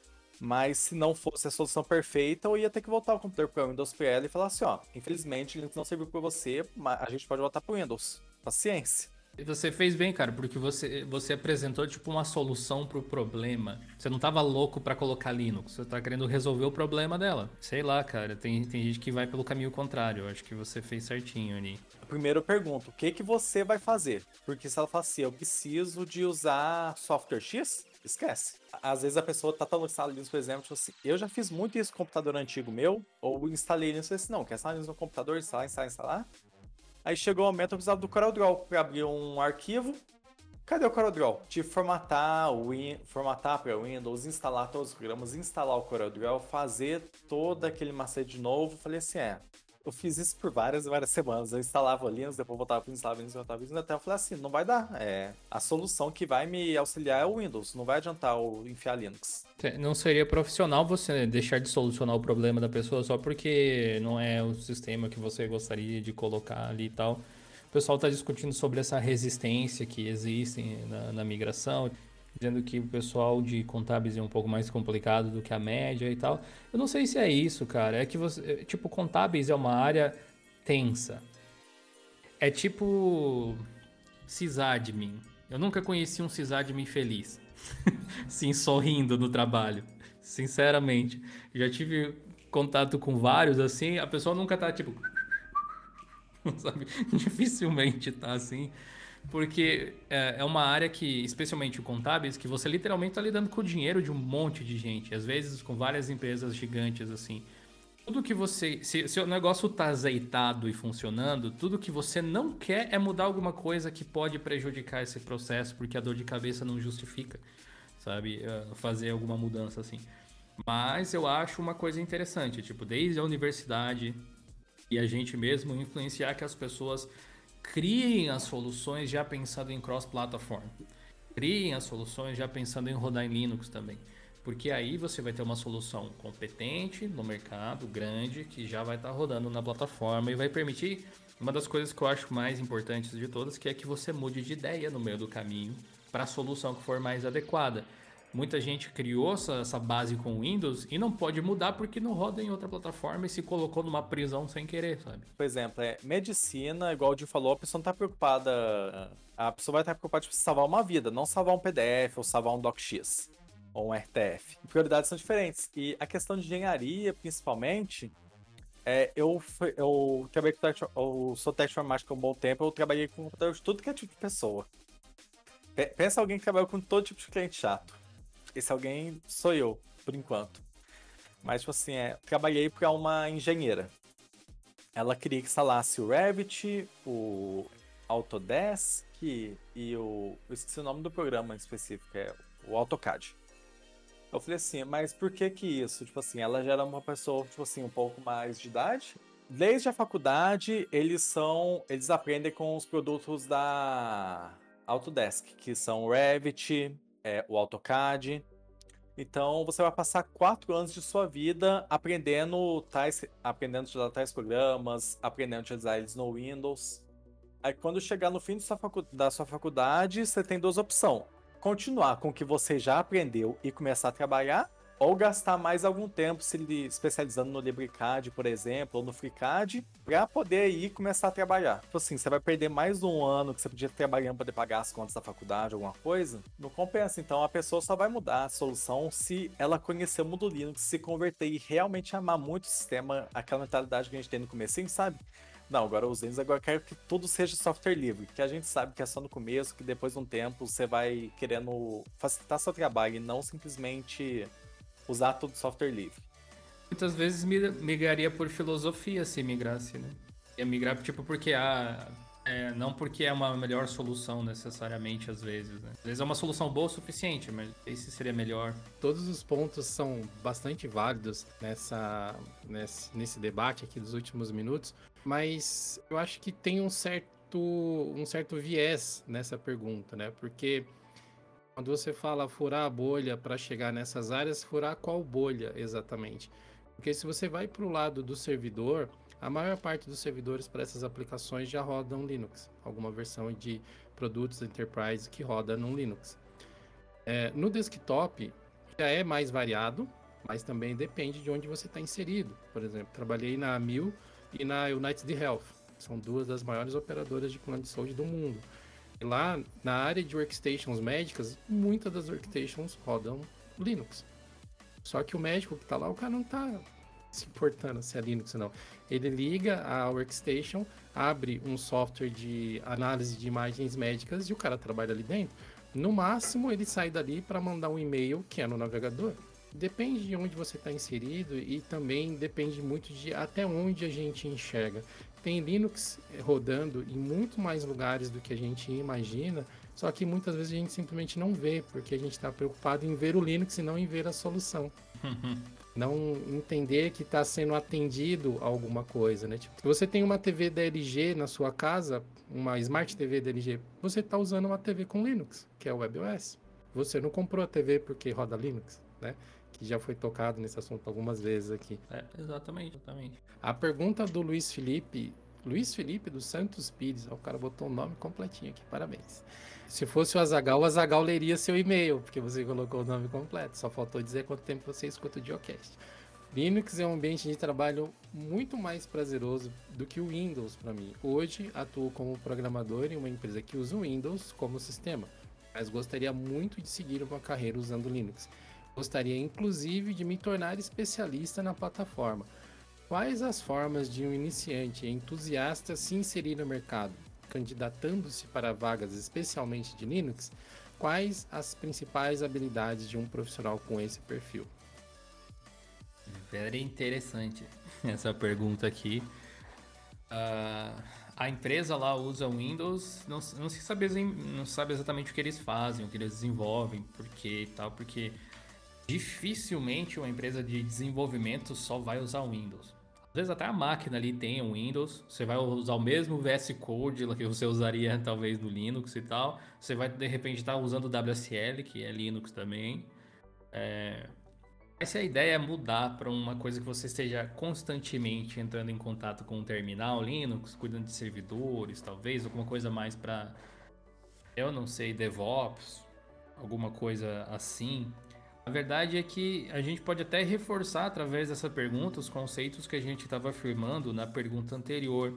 Mas se não fosse a solução perfeita, eu ia ter que voltar o computador para o Windows P L e falar assim, ó, infelizmente Linux não serviu para você, mas a gente pode voltar para o Windows. Paciência. E você fez bem, cara, porque você, você apresentou tipo uma solução pro problema. Você não tava louco pra colocar Linux, você tá querendo resolver o problema dela. Sei lá, cara, tem, tem gente que vai pelo caminho contrário. Eu acho que você fez certinho ali. Primeiro eu pergunto, o que que você vai fazer? Porque se ela fala assim, eu preciso de usar software X, esquece. Às vezes a pessoa tá tão instalando Linux, por exemplo, tipo assim, eu já fiz muito isso no computador antigo meu, ou instalei Linux e falei assim, não, quer instalar Linux no computador, instalar, instalar, instalar. Aí chegou o momento eu precisava do CorelDRAW para abrir um arquivo. Cadê o CorelDRAW? Tive que formatar, o Win... formatar para o Windows, instalar todos os programas, instalar o CorelDRAW, fazer todo aquele macete de novo. Falei assim, é, eu fiz isso por várias e várias semanas. Eu instalava o Linux, depois voltava para instalar o Linux, voltava para Linux, até eu falei assim, não vai dar. É, a solução que vai me auxiliar é o Windows, não vai adiantar eu enfiar Linux. Não seria profissional você deixar de solucionar o problema da pessoa só porque não é o sistema que você gostaria de colocar ali e tal. O pessoal está discutindo sobre essa resistência que existe na, na migração, dizendo que o pessoal de contábeis é um pouco mais complicado do que a média e tal. Eu não sei se é isso, cara. É que você, tipo, contábeis é uma área tensa. É tipo, sysadmin. Eu nunca conheci um sysadmin feliz. Sim, sorrindo no trabalho. Sinceramente. Já tive contato com vários, assim, a pessoa nunca tá, tipo... sabe? Dificilmente tá assim. Porque é, é uma área que, especialmente o contábeis, que você literalmente tá lidando com o dinheiro de um monte de gente. Às vezes com várias empresas gigantes, assim. Tudo que você... Se, se o negócio tá azeitado e funcionando, tudo que você não quer é mudar alguma coisa que pode prejudicar esse processo, porque a dor de cabeça não justifica, sabe? Fazer alguma mudança assim. Mas eu acho uma coisa interessante, tipo, desde a universidade e a gente mesmo influenciar que as pessoas criem as soluções já pensando em cross-platform. Criem as soluções já pensando em rodar em Linux também. Porque aí você vai ter uma solução competente no mercado, grande, que já vai estar rodando na plataforma e vai permitir uma das coisas que eu acho mais importantes de todas, que é que você mude de ideia no meio do caminho para a solução que for mais adequada. Muita gente criou essa, essa base com Windows e não pode mudar porque não roda em outra plataforma e se colocou numa prisão sem querer, sabe? Por exemplo, é, medicina, igual o Gil falou, a pessoa não está preocupada... A pessoa vai estar preocupada em tipo, salvar uma vida, não salvar um P D F ou salvar um DocX. Ou um R T F. Prioridades são diferentes. E a questão de engenharia, principalmente, é, eu, eu trabalhei com eu sou técnico de informática há um bom tempo, eu trabalhei com computador de tudo que é tipo de pessoa. P pensa alguém que trabalha com todo tipo de cliente chato. Esse alguém sou eu, por enquanto. Mas, tipo assim, é, trabalhei para uma engenheira. Ela queria que instalasse o Revit, o Autodesk e o... Eu esqueci o nome do programa em específico, é o AutoCAD. Eu falei assim, mas por que que isso? Tipo assim, ela já era uma pessoa, tipo assim, um pouco mais de idade. Desde a faculdade, eles são... Eles aprendem com os produtos da Autodesk, que são o Revit, é, o AutoCAD. Então, você vai passar quatro anos de sua vida aprendendo tais, aprendendo a utilizar tais programas, aprendendo a utilizar eles no Windows. Aí, quando chegar no fim de sua facu- da sua faculdade, você tem duas opções. Continuar com o que você já aprendeu e começar a trabalhar, ou gastar mais algum tempo se especializando no LibreCAD, por exemplo, ou no FreeCAD, para poder ir começar a trabalhar. Tipo assim, você vai perder mais um ano que você podia estar trabalhando para poder pagar as contas da faculdade, alguma coisa, não compensa. Então a pessoa só vai mudar a solução se ela conhecer o mundo Linux, se converter e realmente amar muito o sistema, aquela mentalidade que a gente tem no comecinho, sabe? Não, agora os Linux, agora quero que tudo seja software livre, que a gente sabe que é só no começo, que depois de um tempo você vai querendo facilitar seu trabalho e não simplesmente usar tudo software livre. Muitas vezes migraria por filosofia se migrasse, né? Ia migrar tipo porque a... É, não porque é uma melhor solução necessariamente às vezes, né? Às vezes é uma solução boa o suficiente, mas esse seria melhor. Todos os pontos são bastante válidos nessa, nesse, nesse debate aqui dos últimos minutos, mas eu acho que tem um certo, um certo viés nessa pergunta, né? Porque quando você fala furar a bolha para chegar nessas áreas, furar qual bolha exatamente? Porque se você vai para o lado do servidor, a maior parte dos servidores para essas aplicações já rodam Linux, alguma versão de produtos Enterprise que roda no Linux. É, no desktop já é mais variado, mas também depende de onde você está inserido. Por exemplo, trabalhei na A M I L e na United Health, são duas das maiores operadoras de plano de saúde do mundo. E lá, na área de workstations médicas, muitas das workstations rodam Linux. Só que o médico que está lá, o cara não está se importando se é Linux ou não. Ele liga a workstation, abre um software de análise de imagens médicas e o cara trabalha ali dentro. No máximo, ele sai dali para mandar um e-mail que é no navegador. Depende de onde você está inserido e também depende muito de até onde a gente enxerga. Tem Linux rodando em muito mais lugares do que a gente imagina, só que muitas vezes a gente simplesmente não vê, porque a gente está preocupado em ver o Linux e não em ver a solução. Não entender que está sendo atendido a alguma coisa, né? Tipo, se você tem uma T V da L G na sua casa, uma Smart T V da L G, você está usando uma T V com Linux, que é o WebOS. Você não comprou a T V porque roda Linux, né? Que já foi tocado nesse assunto algumas vezes aqui. É, exatamente, exatamente. A pergunta do Luiz Felipe, Luiz Felipe dos Santos Pires, o cara botou o nome completinho aqui, parabéns. Se fosse o Azaghal, o Azaghal leria seu e-mail, porque você colocou o nome completo, só faltou dizer quanto tempo você escuta o Geocast. Linux é um ambiente de trabalho muito mais prazeroso do que o Windows para mim. Hoje atuo como programador em uma empresa que usa o Windows como sistema, mas gostaria muito de seguir uma carreira usando Linux. Gostaria inclusive de me tornar especialista na plataforma. Quais as formas de um iniciante e entusiasta se inserir no mercado, candidatando-se para vagas especialmente de Linux? Quais as principais habilidades de um profissional com esse perfil? Very interessante essa pergunta aqui. Uh, a empresa lá usa o Windows, não, não se sabe, não sabe exatamente o que eles fazem, o que eles desenvolvem, por quê e tal, porque dificilmente uma empresa de desenvolvimento só vai usar o Windows. Às vezes até a máquina ali tem o Windows, você vai usar o mesmo V S Code que você usaria talvez no Linux e tal, você vai de repente estar usando o W S L, que é Linux também. É... Mas se a ideia é mudar para uma coisa que você esteja constantemente entrando em contato com o terminal Linux, cuidando de servidores, talvez, alguma coisa mais para, eu não sei, DevOps, alguma coisa assim. A verdade é que a gente pode até reforçar através dessa pergunta os conceitos que a gente estava afirmando na pergunta anterior.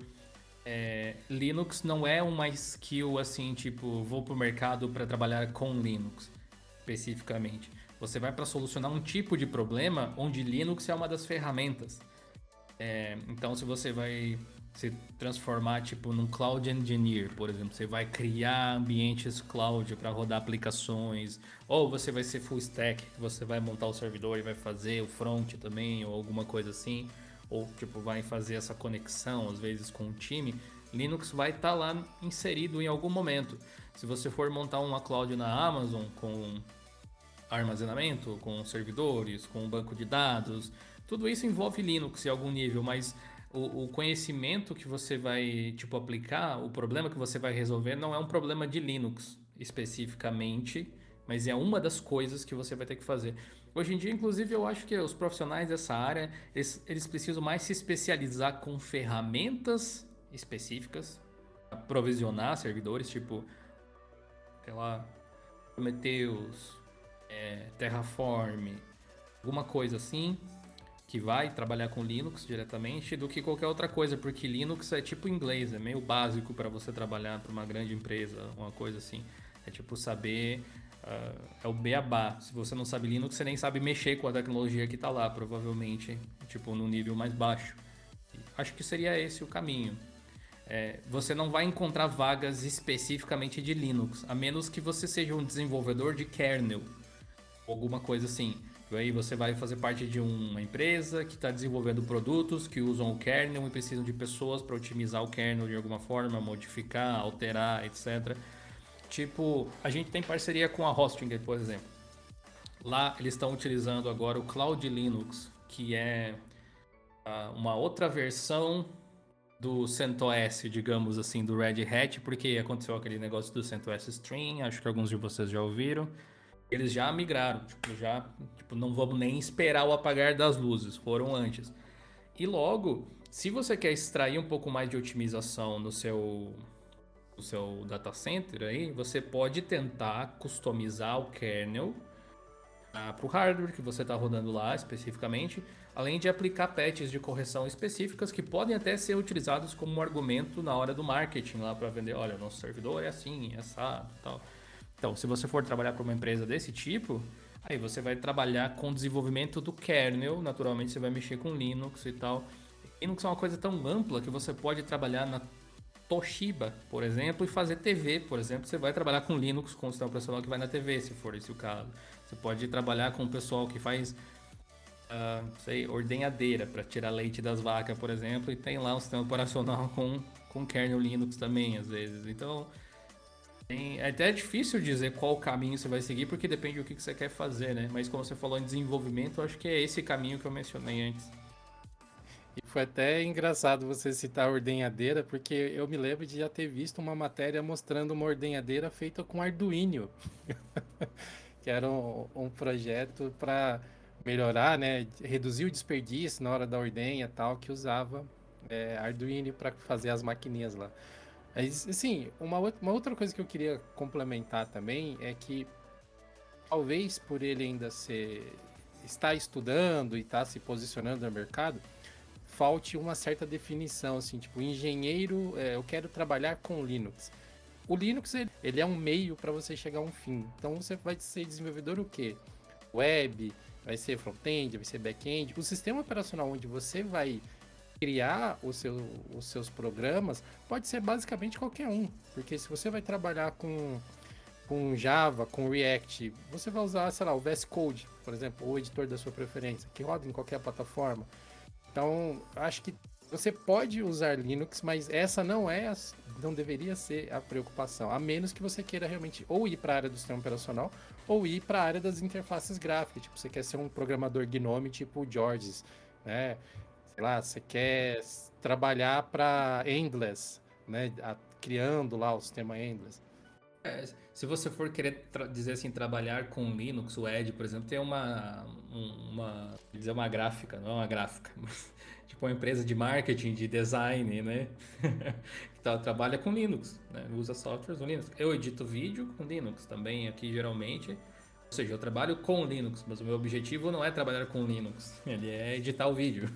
É, Linux não é uma skill assim, tipo, vou para o mercado para trabalhar com Linux, especificamente. Você vai para solucionar um tipo de problema onde Linux é uma das ferramentas. É, então, se você vai se transformar tipo num Cloud Engineer, por exemplo, você vai criar ambientes cloud para rodar aplicações, ou você vai ser full stack, você vai montar o servidor e vai fazer o front também, ou alguma coisa assim, ou tipo vai fazer essa conexão às vezes com o time. Linux vai estar tá lá inserido em algum momento. Se você for montar uma cloud na Amazon com armazenamento, com servidores, com banco de dados, tudo isso envolve Linux em algum nível, mas o, o conhecimento que você vai tipo aplicar, o problema que você vai resolver não é um problema de Linux especificamente, mas é uma das coisas que você vai ter que fazer. Hoje em dia, inclusive, eu acho que os profissionais dessa área, eles, eles precisam mais se especializar com ferramentas específicas, provisionar servidores, tipo, sei lá, Prometheus, É, Terraform, alguma coisa assim, que vai trabalhar com Linux diretamente, do que qualquer outra coisa, porque Linux é tipo inglês, é meio básico para você trabalhar para uma grande empresa, uma coisa assim. É tipo saber, uh, é o beabá. Se você não sabe Linux, você nem sabe mexer com a tecnologia que está lá, provavelmente, tipo no nível mais baixo. Acho que seria esse o caminho. É, você não vai encontrar vagas especificamente de Linux, a menos que você seja um desenvolvedor de kernel, alguma coisa assim. E aí você vai fazer parte de uma empresa que está desenvolvendo produtos que usam o kernel e precisam de pessoas para otimizar o kernel de alguma forma, modificar, alterar, etcétera. Tipo, a gente tem parceria com a Hostinger, por exemplo. Lá eles estão utilizando agora o Cloud Linux, que é uh, uma outra versão do CentOS, digamos assim, do Red Hat, porque aconteceu aquele negócio do CentOS Stream, acho que alguns de vocês já ouviram. Eles já migraram, tipo, já, tipo, não vamos nem esperar o apagar das luzes, foram antes. E logo, se você quer extrair um pouco mais de otimização no seu, no seu data center, aí, você pode tentar customizar o kernel ah, para o hardware que você está rodando lá especificamente, além de aplicar patches de correção específicas que podem até ser utilizados como um argumento na hora do marketing lá para vender, olha, nosso servidor é assim, é assado e tal. Então, se você for trabalhar para uma empresa desse tipo, aí você vai trabalhar com o desenvolvimento do kernel, naturalmente você vai mexer com Linux e tal. Linux é uma coisa tão ampla que você pode trabalhar na Toshiba, por exemplo, e fazer T V, por exemplo. Você vai trabalhar com Linux com o sistema operacional que vai na T V, se for esse o caso. Você pode trabalhar com o pessoal que faz, uh, sei, ordenhadeira para tirar leite das vacas, por exemplo, e tem lá um sistema operacional com, com kernel Linux também, às vezes. Então, é até difícil dizer qual caminho você vai seguir, porque depende do que você quer fazer, né? Mas como você falou em desenvolvimento, eu acho que é esse caminho que eu mencionei antes. E foi até engraçado você citar a ordenhadeira, porque eu me lembro de já ter visto uma matéria mostrando uma ordenhadeira feita com Arduino, que era um, um projeto para melhorar, né? Reduzir o desperdício na hora da ordenha e tal, que usava é, Arduino para fazer as maquininhas lá. Mas, assim, uma, uma outra coisa que eu queria complementar também é que, talvez por ele ainda ser está estudando e está se posicionando no mercado, falte uma certa definição, assim, tipo, engenheiro, é, eu quero trabalhar com Linux. O Linux, ele, ele é um meio para você chegar a um fim. Então, você vai ser desenvolvedor o quê? Web, vai ser front-end, vai ser back-end. O sistema operacional onde você vai criar o seu, os seus programas pode ser basicamente qualquer um. Porque se você vai trabalhar com, com Java, com React, você vai usar, sei lá, o V S Code, por exemplo, o editor da sua preferência, que roda em qualquer plataforma. Então, acho que você pode usar Linux, mas essa não é, a, não deveria ser a preocupação, a menos que você queira realmente ou ir para a área do sistema operacional ou ir para a área das interfaces gráficas. Tipo, você quer ser um programador Gnome tipo o Georges, né? Sei lá, você quer trabalhar para Endless, né? A, criando lá o sistema Endless. É, se você for querer dizer assim, trabalhar com Linux, o Ed, por exemplo, tem uma, uma, dizer uma gráfica, não é uma gráfica, mas tipo uma empresa de marketing, de design, né? que tá, trabalha com Linux, né? Usa softwares no Linux. Eu edito vídeo com Linux também aqui, geralmente. Ou seja, eu trabalho com Linux, mas o meu objetivo não é trabalhar com Linux, ele é editar o vídeo.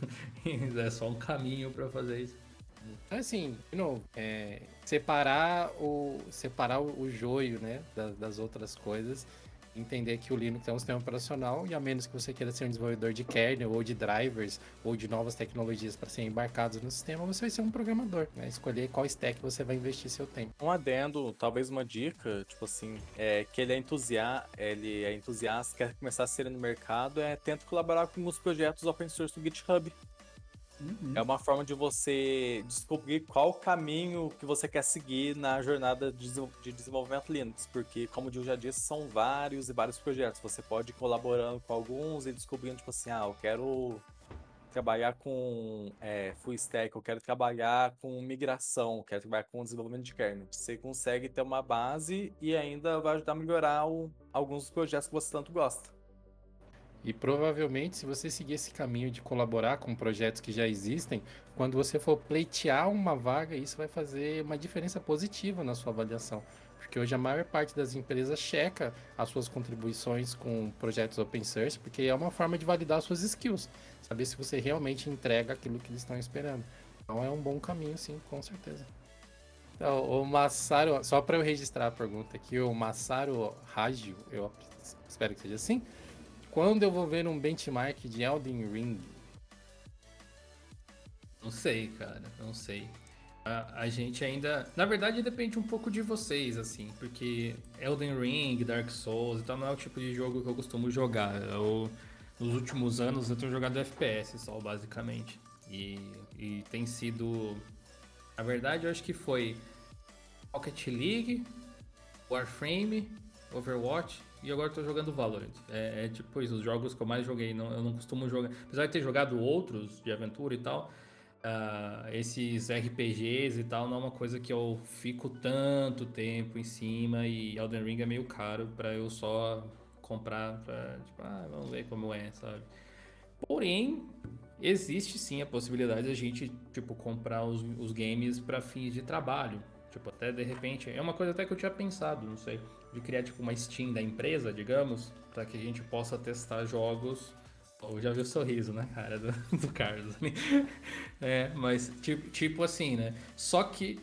É só um caminho para fazer isso. Assim, de novo, é, separar, o, separar o, o joio, né, das, das outras coisas, entender que o Linux é um sistema operacional e a menos que você queira ser um desenvolvedor de kernel ou de drivers ou de novas tecnologias para serem embarcados no sistema, você vai ser um programador, né? Escolher qual stack você vai investir seu tempo. Um adendo, talvez uma dica, tipo assim, é que ele é entusiasta, ele é entusiasta, quer começar a ser no mercado, é tenta colaborar com os projetos open source do GitHub. Uhum. É uma forma de você descobrir qual caminho que você quer seguir na jornada de desenvolvimento Linux, porque, como o Gil já disse, são vários e vários projetos. Você pode ir colaborando com alguns e descobrindo, tipo assim, ah, eu quero trabalhar com é, full stack, eu quero trabalhar com migração, eu quero trabalhar com desenvolvimento de kernel. Você consegue ter uma base e ainda vai ajudar a melhorar o, alguns dos projetos que você tanto gosta. E provavelmente, se você seguir esse caminho de colaborar com projetos que já existem, quando você for pleitear uma vaga, isso vai fazer uma diferença positiva na sua avaliação. Porque hoje a maior parte das empresas checa as suas contribuições com projetos open source, porque é uma forma de validar suas skills, saber se você realmente entrega aquilo que eles estão esperando. Então é um bom caminho, sim, com certeza. Então, o Masaru, só para eu registrar a pergunta aqui, o Masaru Hajio, eu espero que seja assim. Quando eu vou ver um benchmark de Elden Ring? Não sei, cara, não sei. A, a gente ainda... Na verdade, depende um pouco de vocês, assim, porque Elden Ring, Dark Souls e tal, não é o tipo de jogo que eu costumo jogar. Eu, nos últimos anos eu tenho jogado F P S só, basicamente. E, e tem sido... Na verdade, eu acho que foi Rocket League, Warframe, Overwatch... E agora eu tô jogando Valorant. É, é tipo isso, os jogos que eu mais joguei. Não, eu não costumo jogar. Apesar de ter jogado outros de aventura e tal, uh, esses R P Gs e tal, não é uma coisa que eu fico tanto tempo em cima. E Elden Ring é meio caro pra eu só comprar pra, tipo, ah, vamos ver como é, sabe? Porém, existe sim a possibilidade de a gente, tipo, comprar os, os games pra fins de trabalho. Tipo, até de repente, é uma coisa até que eu tinha pensado, não sei, de criar tipo uma Steam da empresa, digamos, para que a gente possa testar jogos. Eu já vi o sorriso na cara do, do Carlos. É, mas tipo, tipo assim, né? Só que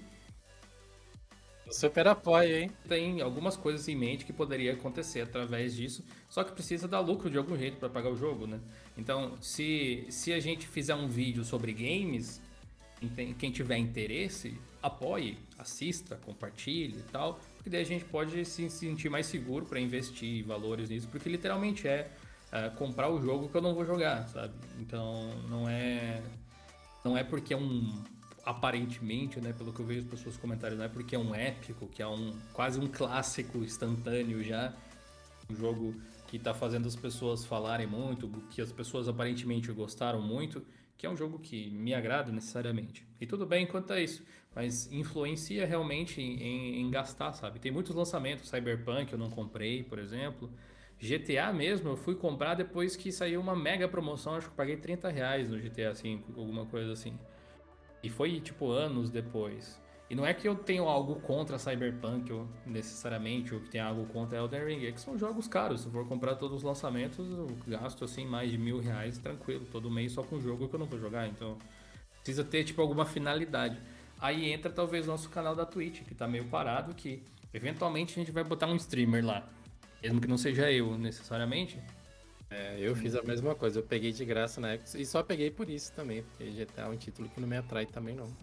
eu super apoio, hein? Tem algumas coisas em mente que poderia acontecer através disso, só que precisa dar lucro de algum jeito para pagar o jogo, né? Então, se, se a gente fizer um vídeo sobre games, quem tiver interesse, apoie, assista, compartilhe e tal, porque daí a gente pode se sentir mais seguro para investir valores nisso, porque literalmente é, é comprar o jogo que eu não vou jogar, sabe? Então não é não é porque é um aparentemente, né, pelo que eu vejo as pessoas comentarem, não é porque é um épico, que é um quase um clássico instantâneo já, um jogo que está fazendo as pessoas falarem muito, que as pessoas aparentemente gostaram muito, que é um jogo que me agrada necessariamente. E tudo bem quanto a isso, mas influencia realmente em, em gastar, sabe? Tem muitos lançamentos, Cyberpunk eu não comprei, por exemplo. G T A mesmo eu fui comprar depois que saiu uma mega promoção, acho que eu paguei trinta reais no G T A cinco, alguma coisa assim. E foi, tipo, anos depois. E não é que eu tenho algo contra Cyberpunk, ou necessariamente, ou que tenha algo contra Elden Ring. É que são jogos caros. Se eu for comprar todos os lançamentos, eu gasto, assim, mais de mil reais tranquilo. Todo mês só com jogo que eu não vou jogar. Então, precisa ter, tipo, alguma finalidade. Aí entra, talvez, nosso canal da Twitch, que tá meio parado, que eventualmente a gente vai botar um streamer lá. Mesmo que não seja eu, necessariamente. É, eu fiz a mesma coisa, eu peguei de graça na Xbox e só peguei por isso também, porque G T A é um título que não me atrai também não.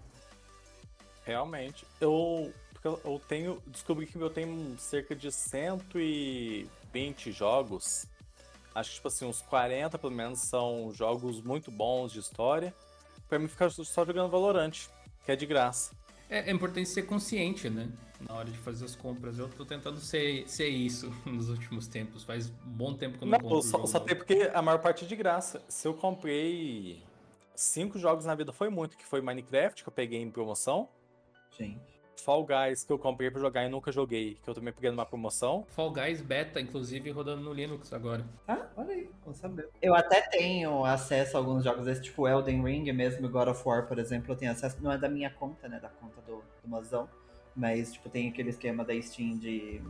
Realmente. Eu, porque eu eu tenho. Descobri que eu tenho cerca de cento e vinte jogos. Acho que, tipo assim, uns quarenta pelo menos são jogos muito bons de história. Pra mim ficar só jogando Valorant, que é de graça. É, é importante ser consciente, né? Na hora de fazer as compras. Eu tô tentando ser, ser isso nos últimos tempos. Faz um bom tempo que eu não, Não, compro só, jogo. só tem porque a maior parte é de graça. Se eu comprei cinco jogos na vida, foi muito, que foi Minecraft, que eu peguei em promoção. Gente. Fall Guys, que eu comprei pra jogar e nunca joguei, que eu também peguei numa promoção. Fall Guys Beta, inclusive, rodando no Linux agora. Ah, olha aí, vou saber. Eu até tenho acesso a alguns jogos desses, tipo Elden Ring mesmo, God of War, por exemplo, eu tenho acesso, não é da minha conta, né, da conta do, do Mozão, mas, tipo, tem aquele esquema da Steam de,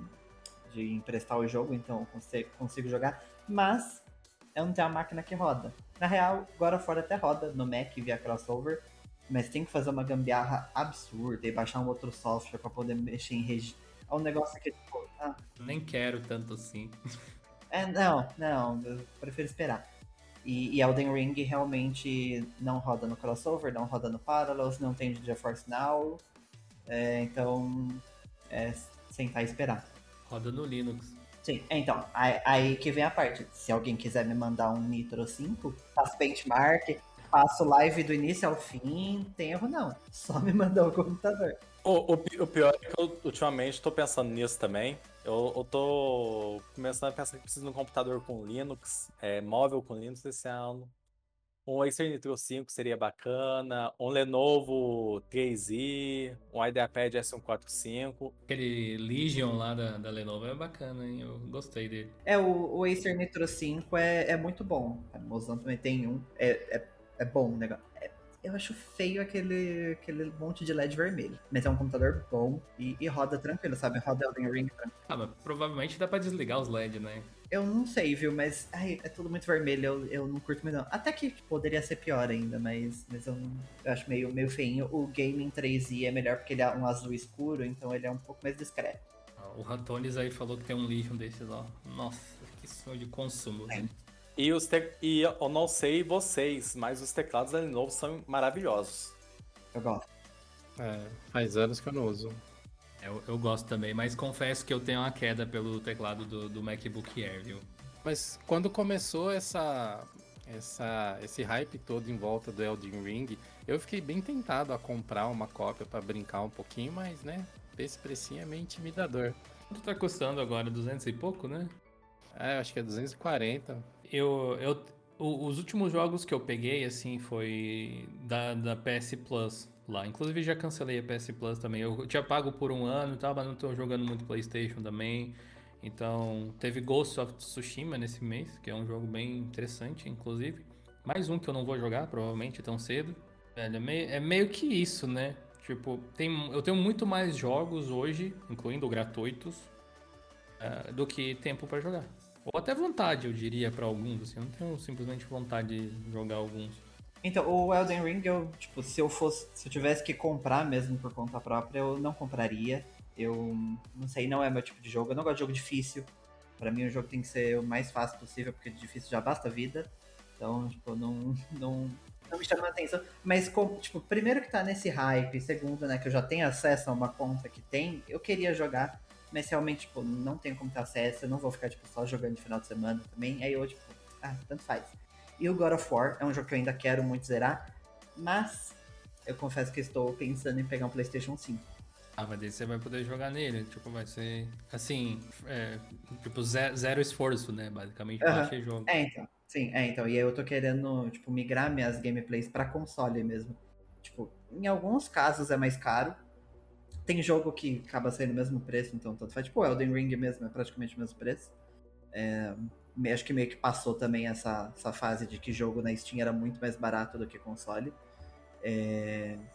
de emprestar o jogo, então eu consigo, consigo jogar, mas eu não tenho a máquina que roda. Na real, God of War até roda no Mac via crossover, mas tem que fazer uma gambiarra absurda e baixar um outro software pra poder mexer em regi... É um negócio que, tipo, ah, Nem quero tanto assim. é, não, não, eu prefiro esperar. E, e Elden Ring realmente não roda no crossover, não roda no Parallels, não tem GeForce Now, é, então é sentar e esperar. Roda no Linux. Sim, é, então, aí, aí que vem a parte. Se alguém quiser me mandar um Nitro cinco, faço benchmark, faço live do início ao fim, tem erro não. Só me mandar o computador. O, o, pi- o pior é que eu ultimamente tô pensando nisso também. Eu, eu tô começando a pensar que preciso de um computador com Linux, é, móvel com Linux esse ano. Um Acer Nitro cinco seria bacana, um Lenovo três i, um IdeaPad S cento e quarenta e cinco. Aquele Legion lá da, da Lenovo é bacana, hein? Eu gostei dele. É, o, o Acer Nitro cinco é, é muito bom. A Mozão também tem um. É, é, é bom o negócio. É- eu acho feio aquele, aquele monte de L E D vermelho. Mas é um computador bom e, e roda tranquilo, sabe? Roda Elden Ring tranquilo. Ah, mas provavelmente dá pra desligar os L E D, né? Eu não sei, viu? Mas ai, é tudo muito vermelho. Eu, eu não curto muito, não. Até que poderia ser pior ainda, mas, mas eu, não- eu acho meio, meio feinho. O Gaming três i é melhor porque ele é um azul escuro, então ele é um pouco mais discreto. Ah, o Ratones aí falou que tem um Legion desses, ó. Nossa, que sonho de consumo. É. E, os te... e eu não sei vocês, mas os teclados da Lenovo são maravilhosos. Eu gosto. É, faz anos que eu não uso. Eu, eu gosto também, mas confesso que eu tenho uma queda pelo teclado do, do MacBook Air, viu? Mas quando começou essa, essa, esse hype todo em volta do Elden Ring, eu fiquei bem tentado a comprar uma cópia pra brincar um pouquinho, mas né, esse precinho é meio intimidador. Quanto tá custando agora? duzentos e pouco, né? É, acho que é duzentos e quarenta. Eu, eu, o- os últimos jogos que eu peguei, assim, foi da, da P S Plus lá. Inclusive já cancelei a P S Plus também. Eu tinha pago por um ano e tal, mas não tô jogando muito PlayStation também. Então, teve Ghost of Tsushima nesse mês, que é um jogo bem interessante, inclusive. Mais um que eu não vou jogar, provavelmente, tão cedo. Velho, é meio, é meio que isso, né? Tipo, tem, eu tenho muito mais jogos hoje, incluindo gratuitos, eh, do que tempo pra jogar. Ou até vontade, eu diria, pra alguns. Assim, eu não tenho simplesmente vontade de jogar alguns. Então, o Elden Ring, eu, tipo, se eu fosse, se eu tivesse que comprar mesmo por conta própria, eu não compraria. Eu não sei, não é meu tipo de jogo. Eu não gosto de jogo difícil. Pra mim, o jogo tem que ser o mais fácil possível, porque de difícil já basta a vida. Então, tipo, não, não, não me chama a atenção. Mas, como, tipo, primeiro que tá nesse hype, segundo, né, que eu já tenho acesso a uma conta que tem, eu queria jogar, mas realmente, tipo, não tenho como ter acesso, eu não vou ficar, tipo, só jogando de final de semana também. Aí eu, tipo, ah, tanto faz. E o God of War é um jogo que eu ainda quero muito zerar, mas eu confesso que estou pensando em pegar um PlayStation cinco. Ah, mas daí você vai poder jogar nele. Tipo, vai ser, assim, é, tipo, ze- zero esforço, né? Basicamente, Aham. baixa e joga. É, então. Sim, é, então. E aí eu tô querendo, tipo, migrar minhas gameplays pra console mesmo. Tipo, em alguns casos é mais caro. Tem jogo que acaba saindo o mesmo preço, então tanto faz. Tipo, o Elden Ring mesmo é praticamente o mesmo preço. É, me- acho que meio que passou também essa, essa fase de que jogo na Steam era muito mais barato do que console. É,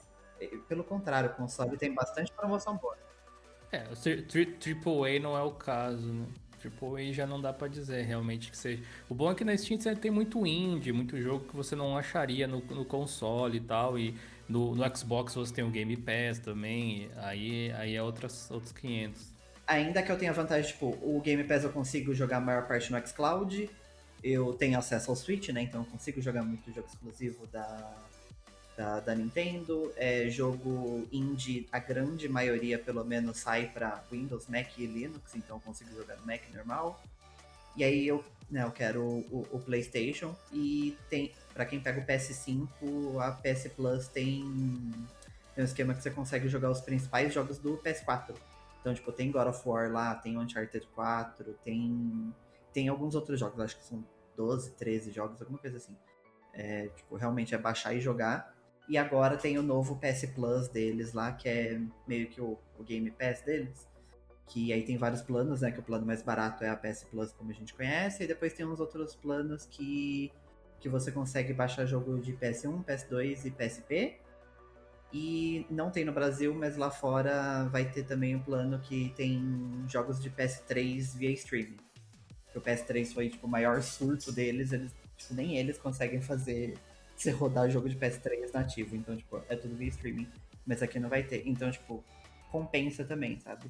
Pelo contrário, o console tem bastante promoção boa. É, o tri- tri- Triple A não é o caso, né? Triple A já não dá pra dizer realmente que seja. O bom é que na Steam você tem muito indie, muito jogo que você não acharia no, no console e tal. E no, no Xbox você tem o Game Pass também. Aí, aí é outras, outros quinhentos. Ainda que eu tenha vantagem, tipo, o Game Pass eu consigo jogar a maior parte no xCloud, eu tenho acesso ao Switch, né? Então eu consigo jogar muito jogo exclusivo da, da, da Nintendo. É, jogo indie, a grande maioria, pelo menos, sai para Windows, Mac e Linux, então eu consigo jogar no Mac normal. E aí eu, né, eu quero o, o PlayStation. E tem, para quem pega o P S cinco, a P S Plus tem, tem um esquema que você consegue jogar os principais jogos do P S quatro. Então, tipo, tem God of War lá, tem Uncharted quatro, tem, tem alguns outros jogos, acho que são doze, treze jogos, alguma coisa assim. É, tipo, realmente é baixar e jogar. E agora tem o novo P S Plus deles lá, que é meio que o, o Game Pass deles. Que aí tem vários planos, né? Que o plano mais barato é a P S Plus, como a gente conhece. E depois tem uns outros planos que, que você consegue baixar jogo de P S um, P S dois e P S P. E não tem no Brasil, mas lá fora vai ter também um plano que tem jogos de P S três via streaming. Porque o P S três foi tipo, o maior surto deles, eles, tipo, nem eles conseguem fazer você rodar jogo de P S três nativo. Então, tipo, é tudo via streaming. Mas aqui não vai ter. Então, tipo, compensa também, sabe?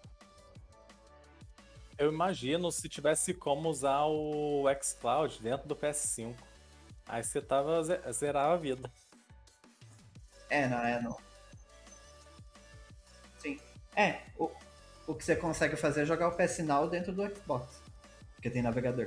Eu imagino se tivesse como usar o xCloud dentro do P S cinco. Aí você tava ze- zerava a vida. É, não, é não. Sim. É, o, o que você consegue fazer é jogar o P S Now dentro do Xbox. Porque tem navegador.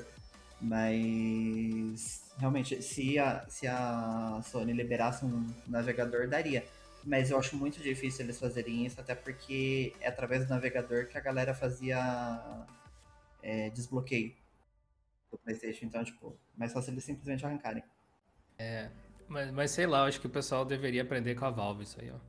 Mas realmente, se a, se a Sony liberasse um navegador, daria. Mas eu acho muito difícil eles fazerem isso, até porque é através do navegador que a galera fazia é, desbloqueio do PlayStation. Então, tipo, mais fácil eles simplesmente arrancarem. Mas, mas sei lá, eu acho que o pessoal deveria aprender com a Valve isso aí, ó.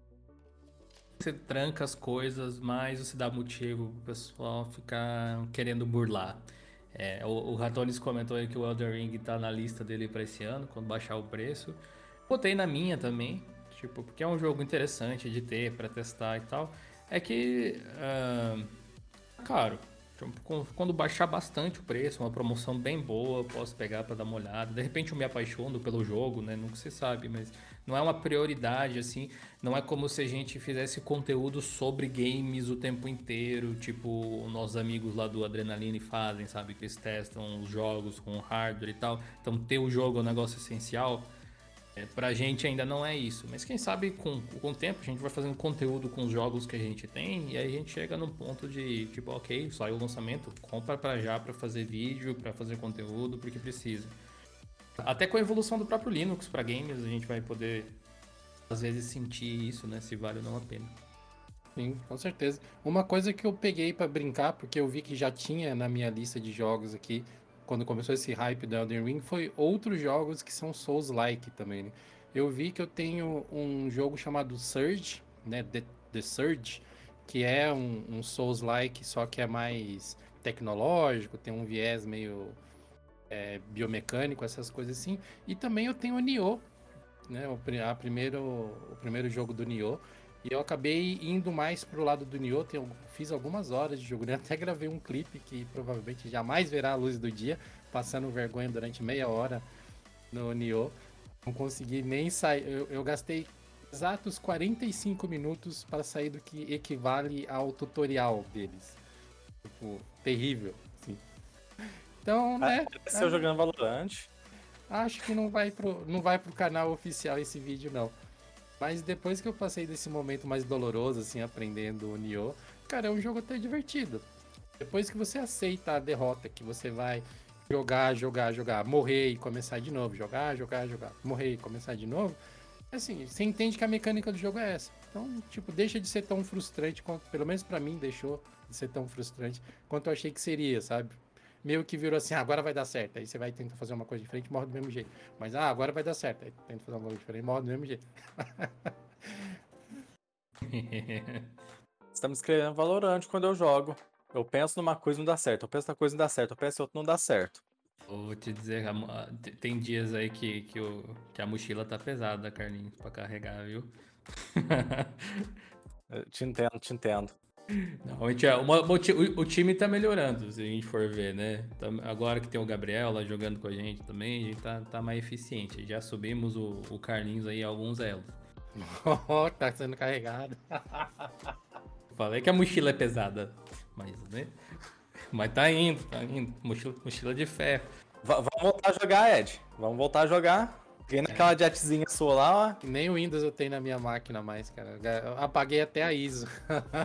Você tranca as coisas, mas você dá motivo pro pessoal ficar querendo burlar. É, o, o Ratones comentou aí que o Elden Ring tá na lista dele pra esse ano, quando baixar o preço. Botei na minha também, tipo, porque é um jogo interessante de ter pra testar e tal. É que, ah, caro. Tipo, com- Quando baixar bastante o preço, uma promoção bem boa, eu posso pegar pra dar uma olhada. De repente eu me apaixono pelo jogo, né? Nunca se sabe, mas não é uma prioridade, assim. Não é como se a gente fizesse conteúdo sobre games o tempo inteiro, tipo nossos amigos lá do Adrenaline fazem, sabe? Que eles testam os jogos com hardware e tal. Então ter o jogo é um negócio essencial. É, pra gente ainda não é isso, mas quem sabe com, com o tempo a gente vai fazendo conteúdo com os jogos que a gente tem e aí a gente chega num ponto de tipo, ok, saiu o lançamento, compra pra já pra fazer vídeo, pra fazer conteúdo, porque precisa. Até com a evolução do próprio Linux pra games a gente vai poder às vezes sentir isso, né, se vale ou não a pena. Sim, com certeza. Uma coisa que eu peguei pra brincar, porque eu vi que já tinha na minha lista de jogos aqui, quando começou esse hype do Elden Ring, foi outros jogos que são Souls-like também, né? Eu vi que eu tenho um jogo chamado Surge, né? The, The Surge, que é um, um Souls-like, só que é mais tecnológico, tem um viés meio é, biomecânico, essas coisas assim. E também eu tenho o Nioh, né? O, pri- a primeiro, o primeiro jogo do Nioh. E eu acabei indo mais pro lado do Nioh, tenho, fiz algumas horas de jogo, né? Até gravei um clipe que provavelmente jamais verá a luz do dia, passando vergonha durante meia hora no Nioh. Não consegui nem sair, eu, eu gastei exatos quarenta e cinco minutos para sair do que equivale ao tutorial deles. Tipo, terrível, assim. Então, né? Se eu jogando Valorant. Acho que não vai pro, não vai pro canal oficial esse vídeo, não. Mas depois que eu passei desse momento mais doloroso, assim, aprendendo o Nioh, cara, é um jogo até divertido. Depois que você aceita a derrota, que você vai jogar, jogar, jogar, morrer e começar de novo, jogar, jogar, jogar, morrer e começar de novo, assim, você entende que a mecânica do jogo é essa. Então, tipo, deixa de ser tão frustrante quanto, pelo menos pra mim, deixou de ser tão frustrante quanto eu achei que seria, sabe? Meio que virou assim, ah, agora vai dar certo. Aí você vai tentar fazer uma coisa diferente, morre do mesmo jeito. Mas, ah, agora vai dar certo. Aí tenta fazer uma coisa diferente, morre do mesmo jeito. Você tá me escrevendo Valorant quando eu jogo. Eu penso numa coisa e não dá certo. Eu penso na coisa e não dá certo. Eu penso em outra e não dá certo. Vou te dizer, a mo- a- te- tem dias aí que, que, o- que a mochila tá pesada, Carlinhos, pra carregar, viu? Eu te entendo, te entendo. Não, a gente é- uma- uma- o, ti- o- o time tá melhorando, se a gente for ver, né? Tá- agora que tem o Gabriel lá jogando com a gente também, a gente tá, tá mais eficiente. Já subimos o, o Carlinhos aí a alguns elos. Oh, tá sendo carregado. Falei que a mochila é pesada, mas, né? Mas tá indo, tá indo. Mochila, mochila de ferro. Va- vamos voltar a jogar, Ed. Vamos voltar a jogar. Vem naquela jetzinha sua lá, ó. Nem o Windows eu tenho na minha máquina mais, cara. Eu apaguei até a I S O.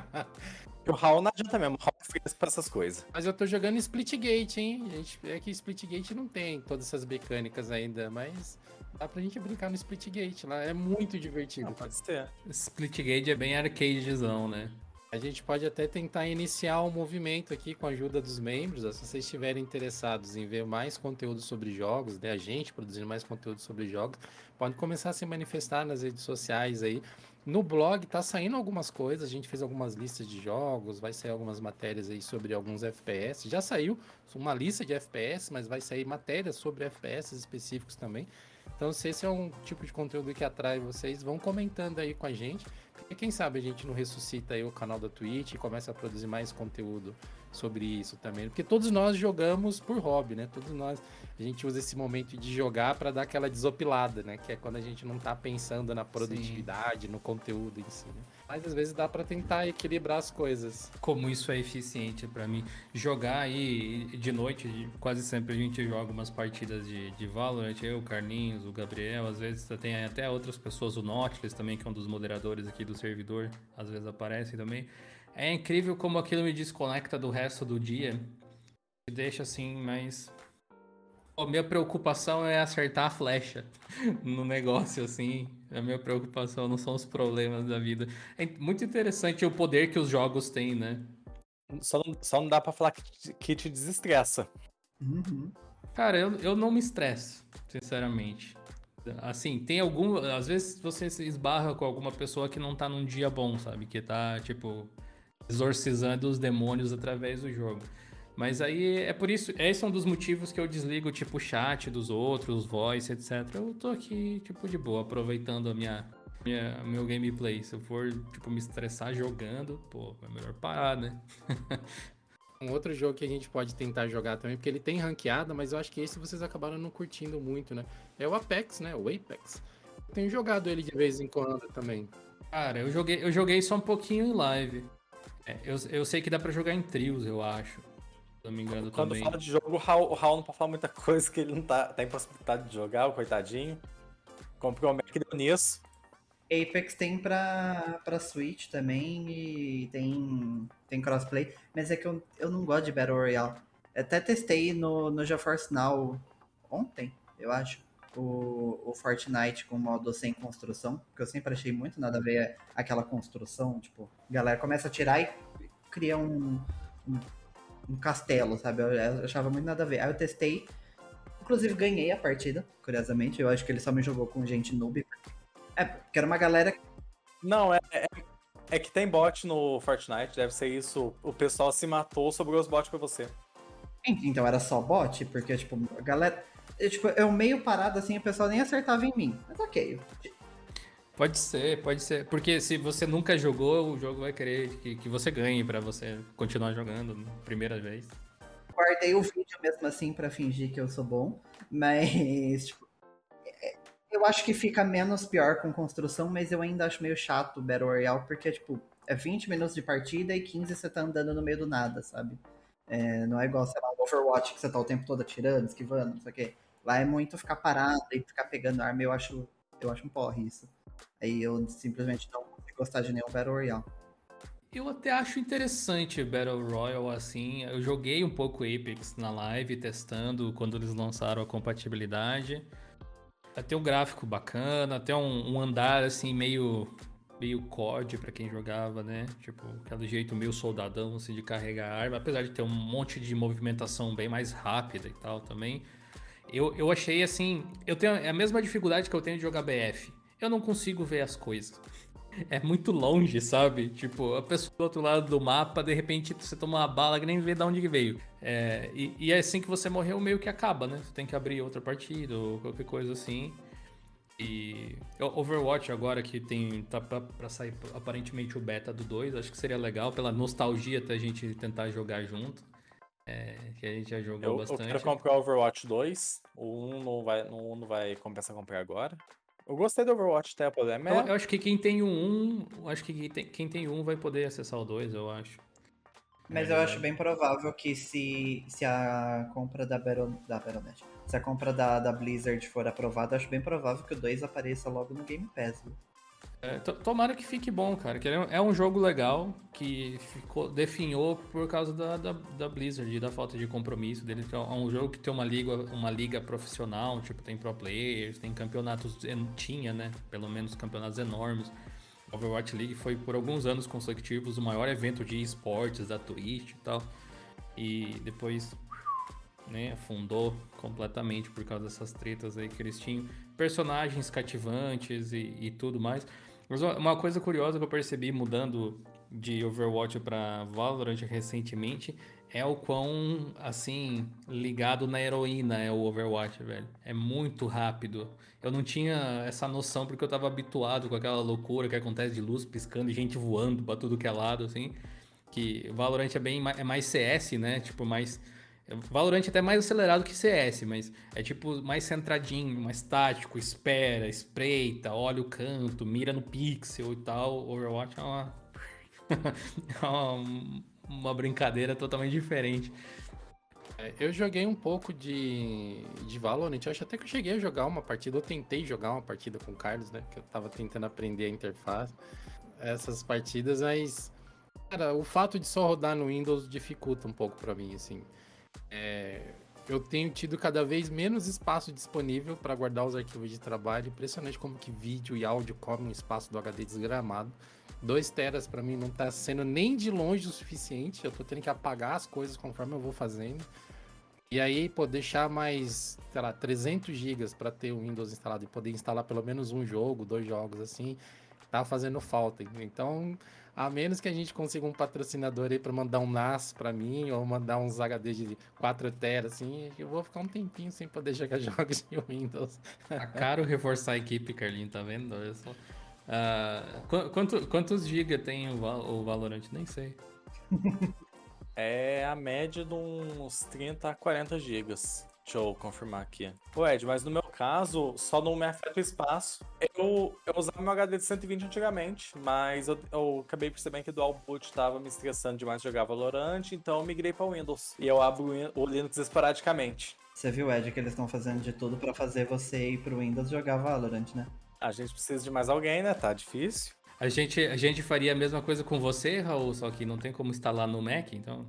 O Raul não adianta mesmo, o Raul é fresco pra essas coisas. Mas eu tô jogando Splitgate, hein? Gente, é que Splitgate não tem todas essas mecânicas ainda, mas dá pra gente brincar no Splitgate lá. É muito divertido. Não, pode ser. Splitgate é bem arcadezão, né? A gente pode até tentar iniciar um movimento aqui com a ajuda dos membros. Ó, se vocês estiverem interessados em ver mais conteúdo sobre jogos, né? A gente produzindo mais conteúdo sobre jogos, pode começar a se manifestar nas redes sociais aí. No blog tá saindo algumas coisas, a gente fez algumas listas de jogos, vai sair algumas matérias aí sobre alguns F P S. Já saiu uma lista de F P S, mas vai sair matérias sobre F P S específicos também. Então, se esse é um tipo de conteúdo que atrai vocês, vão comentando aí com a gente. Porque quem sabe a gente não ressuscita aí o canal da Twitch e começa a produzir mais conteúdo sobre isso também. Porque todos nós jogamos por hobby, né? Todos nós, a gente usa esse momento de jogar para dar aquela desopilada, né? Que é quando a gente não tá pensando na produtividade, Sim. no conteúdo em si, né? Mas às vezes dá para tentar equilibrar as coisas. Como isso é eficiente para mim. Jogar aí de noite, quase sempre a gente joga umas partidas de, de Valorant, eu, o Carlinhos, o Gabriel, às vezes tem até outras pessoas, o Nautilus também, que é um dos moderadores aqui do servidor, às vezes aparecem também. É incrível como aquilo me desconecta do resto do dia, me deixa assim, mas... A minha preocupação é acertar a flecha no negócio, assim. A minha preocupação não são os problemas da vida. É muito interessante o poder que os jogos têm, né? Só não, só não dá pra falar que te, que te desestressa. Uhum. Cara, eu, eu não me estresso, sinceramente. Assim, tem algum... Às vezes você se esbarra com alguma pessoa que não tá num dia bom, sabe? Que tá, tipo, exorcizando os demônios através do jogo. Mas aí é por isso, esse é um dos motivos que eu desligo, tipo, o chat dos outros, voice, etcétera. Eu tô aqui, tipo, de boa, aproveitando a minha, minha, meu gameplay. Se eu for, tipo, me estressar jogando, pô, é melhor parar, né? Um outro jogo que a gente pode tentar jogar também, porque ele tem ranqueada, mas eu acho que esse vocês acabaram não curtindo muito, né? É o Apex, né? O Apex. Eu tenho jogado ele de vez em quando também. Cara, eu joguei, eu joguei só um pouquinho em live. É, eu, eu sei que dá pra jogar em trios, eu acho. Se não me engano Quando também. fala de jogo, o Raul, o Raul não pode falar muita coisa que ele não tá, tá impossibilitado de jogar, o coitadinho. Comprou o Mac e deu nisso. Apex tem pra, pra Switch também e tem, tem crossplay, mas é que eu, eu não gosto de Battle Royale. Eu até testei no, no GeForce Now ontem, eu acho, o, o Fortnite com modo sem construção, porque eu sempre achei muito nada a ver aquela construção, tipo, a galera começa a tirar e cria um, um, um castelo, sabe? Eu, eu achava muito nada a ver. Aí eu testei, inclusive ganhei a partida, curiosamente, eu acho que ele só me jogou com gente noob. É, porque era uma galera... Não, é, é, é que tem bot no Fortnite, deve ser isso. O pessoal se matou, sobrou os bots pra você. Então era só bot, porque, tipo, a galera... Eu, tipo, eu meio parado assim, o pessoal nem acertava em mim. Mas ok. Pode ser, pode ser. Porque se você nunca jogou, o jogo vai querer que, que você ganhe pra você continuar jogando primeira vez. Guardei o vídeo mesmo assim pra fingir que eu sou bom, mas, tipo... Eu acho que fica menos pior com construção, mas eu ainda acho meio chato o Battle Royale, porque, tipo, é vinte minutos de partida e quinze você tá andando no meio do nada, sabe? É, não é igual, sei lá, o Overwatch, que você tá o tempo todo atirando, esquivando, não sei o quê. Lá é muito ficar parado e ficar pegando arma, eu acho, eu acho um porre isso. Aí eu simplesmente não consigo gostar de nenhum Battle Royale. Eu até acho interessante Battle Royale, assim. Eu joguei um pouco Apex na live, testando quando eles lançaram a compatibilidade. Até um gráfico bacana, até um, um andar assim meio meio C O D pra quem jogava, né? Tipo, aquele jeito meio soldadão assim, de carregar arma, apesar de ter um monte de movimentação bem mais rápida e tal também. Eu, eu achei assim, eu tenho a mesma dificuldade que eu tenho de jogar B F. Eu não consigo ver as coisas. É muito longe, sabe? Tipo, a pessoa do outro lado do mapa, de repente você toma uma bala que nem vê de onde que veio. É, e, e é assim que você morreu, meio que acaba, né? Você tem que abrir outra partida ou qualquer coisa assim. E o- Overwatch agora que tem tá pra, pra sair aparentemente o beta do dois, acho que seria legal pela nostalgia até a gente tentar jogar junto. É, que a gente já jogou Eu, eu bastante. quero comprar o Overwatch dois. O um não vai, no um não vai compensar comprar agora. Eu gostei do Overwatch, até o problema Eu, é. eu acho que quem tem o um, eu acho que quem tem, quem tem o um vai poder acessar o dois, eu acho. Mas Na eu acho realidade. bem provável que se, se a compra da Battle, da Battle.net, se a compra da, da Blizzard for aprovada, eu acho bem provável que o dois apareça logo no Game Pass. Viu? É, to- tomara que fique bom, cara. Que é um- é um jogo legal que ficou, definhou por causa da, da, da Blizzard, da falta de compromisso dele. Que é um jogo que tem uma liga, uma liga profissional, tipo, tem pro players, tem campeonatos, en- tinha, né? Pelo menos campeonatos enormes. Overwatch League foi por alguns anos consecutivos o maior evento de esportes da Twitch e tal. E depois, né, afundou completamente por causa dessas tretas aí que eles tinham. Personagens cativantes e, e tudo mais. Mas uma- uma coisa curiosa que eu percebi mudando de Overwatch pra Valorant recentemente é o quão, assim, ligado na heroína é o Overwatch, velho. É muito rápido. Eu não tinha essa noção porque eu tava habituado com aquela loucura que acontece de luz piscando e gente voando pra tudo que é lado, assim. Que Valorant é bem ma- é mais C S, né? Tipo, mais. Valorant é até mais acelerado que C S, mas é tipo mais centradinho, mais tático, espera, espreita, olha o canto, mira no pixel e tal. Overwatch é uma, é uma, uma brincadeira totalmente diferente. É, eu joguei um pouco de, de Valorant, eu acho até que eu cheguei a jogar uma partida, eu tentei jogar uma partida com o Carlos, né? Que eu tava tentando aprender a interface, essas partidas, mas, cara, o fato de só rodar no Windows dificulta um pouco pra mim, assim. É, eu tenho tido cada vez menos espaço disponível para guardar os arquivos de trabalho. Impressionante como que vídeo e áudio comem um espaço do H D desgramado. dois teras para mim não tá sendo nem de longe o suficiente. Eu tô tendo que apagar as coisas conforme eu vou fazendo. E aí, pô, deixar mais, sei lá, trezentos gigas para ter o Windows instalado e poder instalar pelo menos um jogo, dois jogos assim, tá fazendo falta. Então, a menos que a gente consiga um patrocinador aí para mandar um N A S para mim ou mandar uns H D de quatro teras assim, eu vou ficar um tempinho sem poder jogar jogos de Windows. Tá caro reforçar a equipe, Carlinho, tá vendo? Olha só. Ah, qu- quanto- quantos giga tem o, Val- o Valorant? Nem sei. É a média de uns trinta a quarenta gigas. Deixa eu confirmar aqui. Ô Ed, mas no meu caso, só não me afeta o espaço. Eu, eu usava meu H D de cento e vinte antigamente, mas eu, eu acabei percebendo que o Dual Boot tava me estressando demais jogar Valorant, então eu migrei para Windows. E eu abro o Win- o Linux esporadicamente. Você viu, Ed, que eles estão fazendo de tudo pra fazer você ir pro Windows jogar Valorant, né? A gente precisa de mais alguém, né? Tá difícil. A gente, a gente faria a mesma coisa com você, Raul, só que não tem como instalar no Mac, então.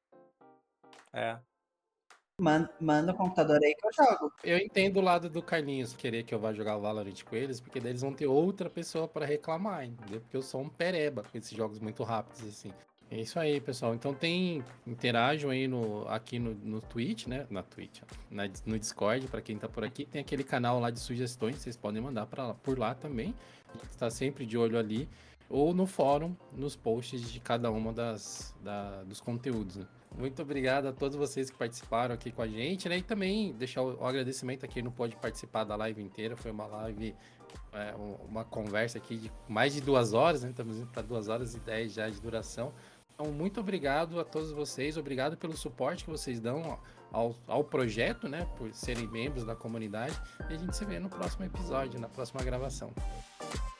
É. Man- Manda o computador aí que eu jogo. Eu entendo o lado do Carlinhos querer que eu vá jogar o Valorant com eles, porque daí eles vão ter outra pessoa para reclamar, entendeu? Porque eu sou um pereba com esses jogos muito rápidos assim. É isso aí, pessoal. Então tem interajam aí no aqui no, no Twitch, né? Na Twitch, ó, na, no Discord para quem tá por aqui, tem aquele canal lá de sugestões, vocês podem mandar para por lá também. A gente tá sempre de olho ali ou no fórum, nos posts de cada uma das da, dos conteúdos. Né? Muito obrigado a todos vocês que participaram aqui com a gente, né? E também deixar o, o agradecimento aqui, não pode participar da live inteira, foi uma live, é, uma conversa aqui de mais de duas horas, né? Estamos indo para duas horas e dez já de duração. Então, muito obrigado a todos vocês, obrigado pelo suporte que vocês dão ao, ao projeto, né? Por serem membros da comunidade. E a gente se vê no próximo episódio, na próxima gravação.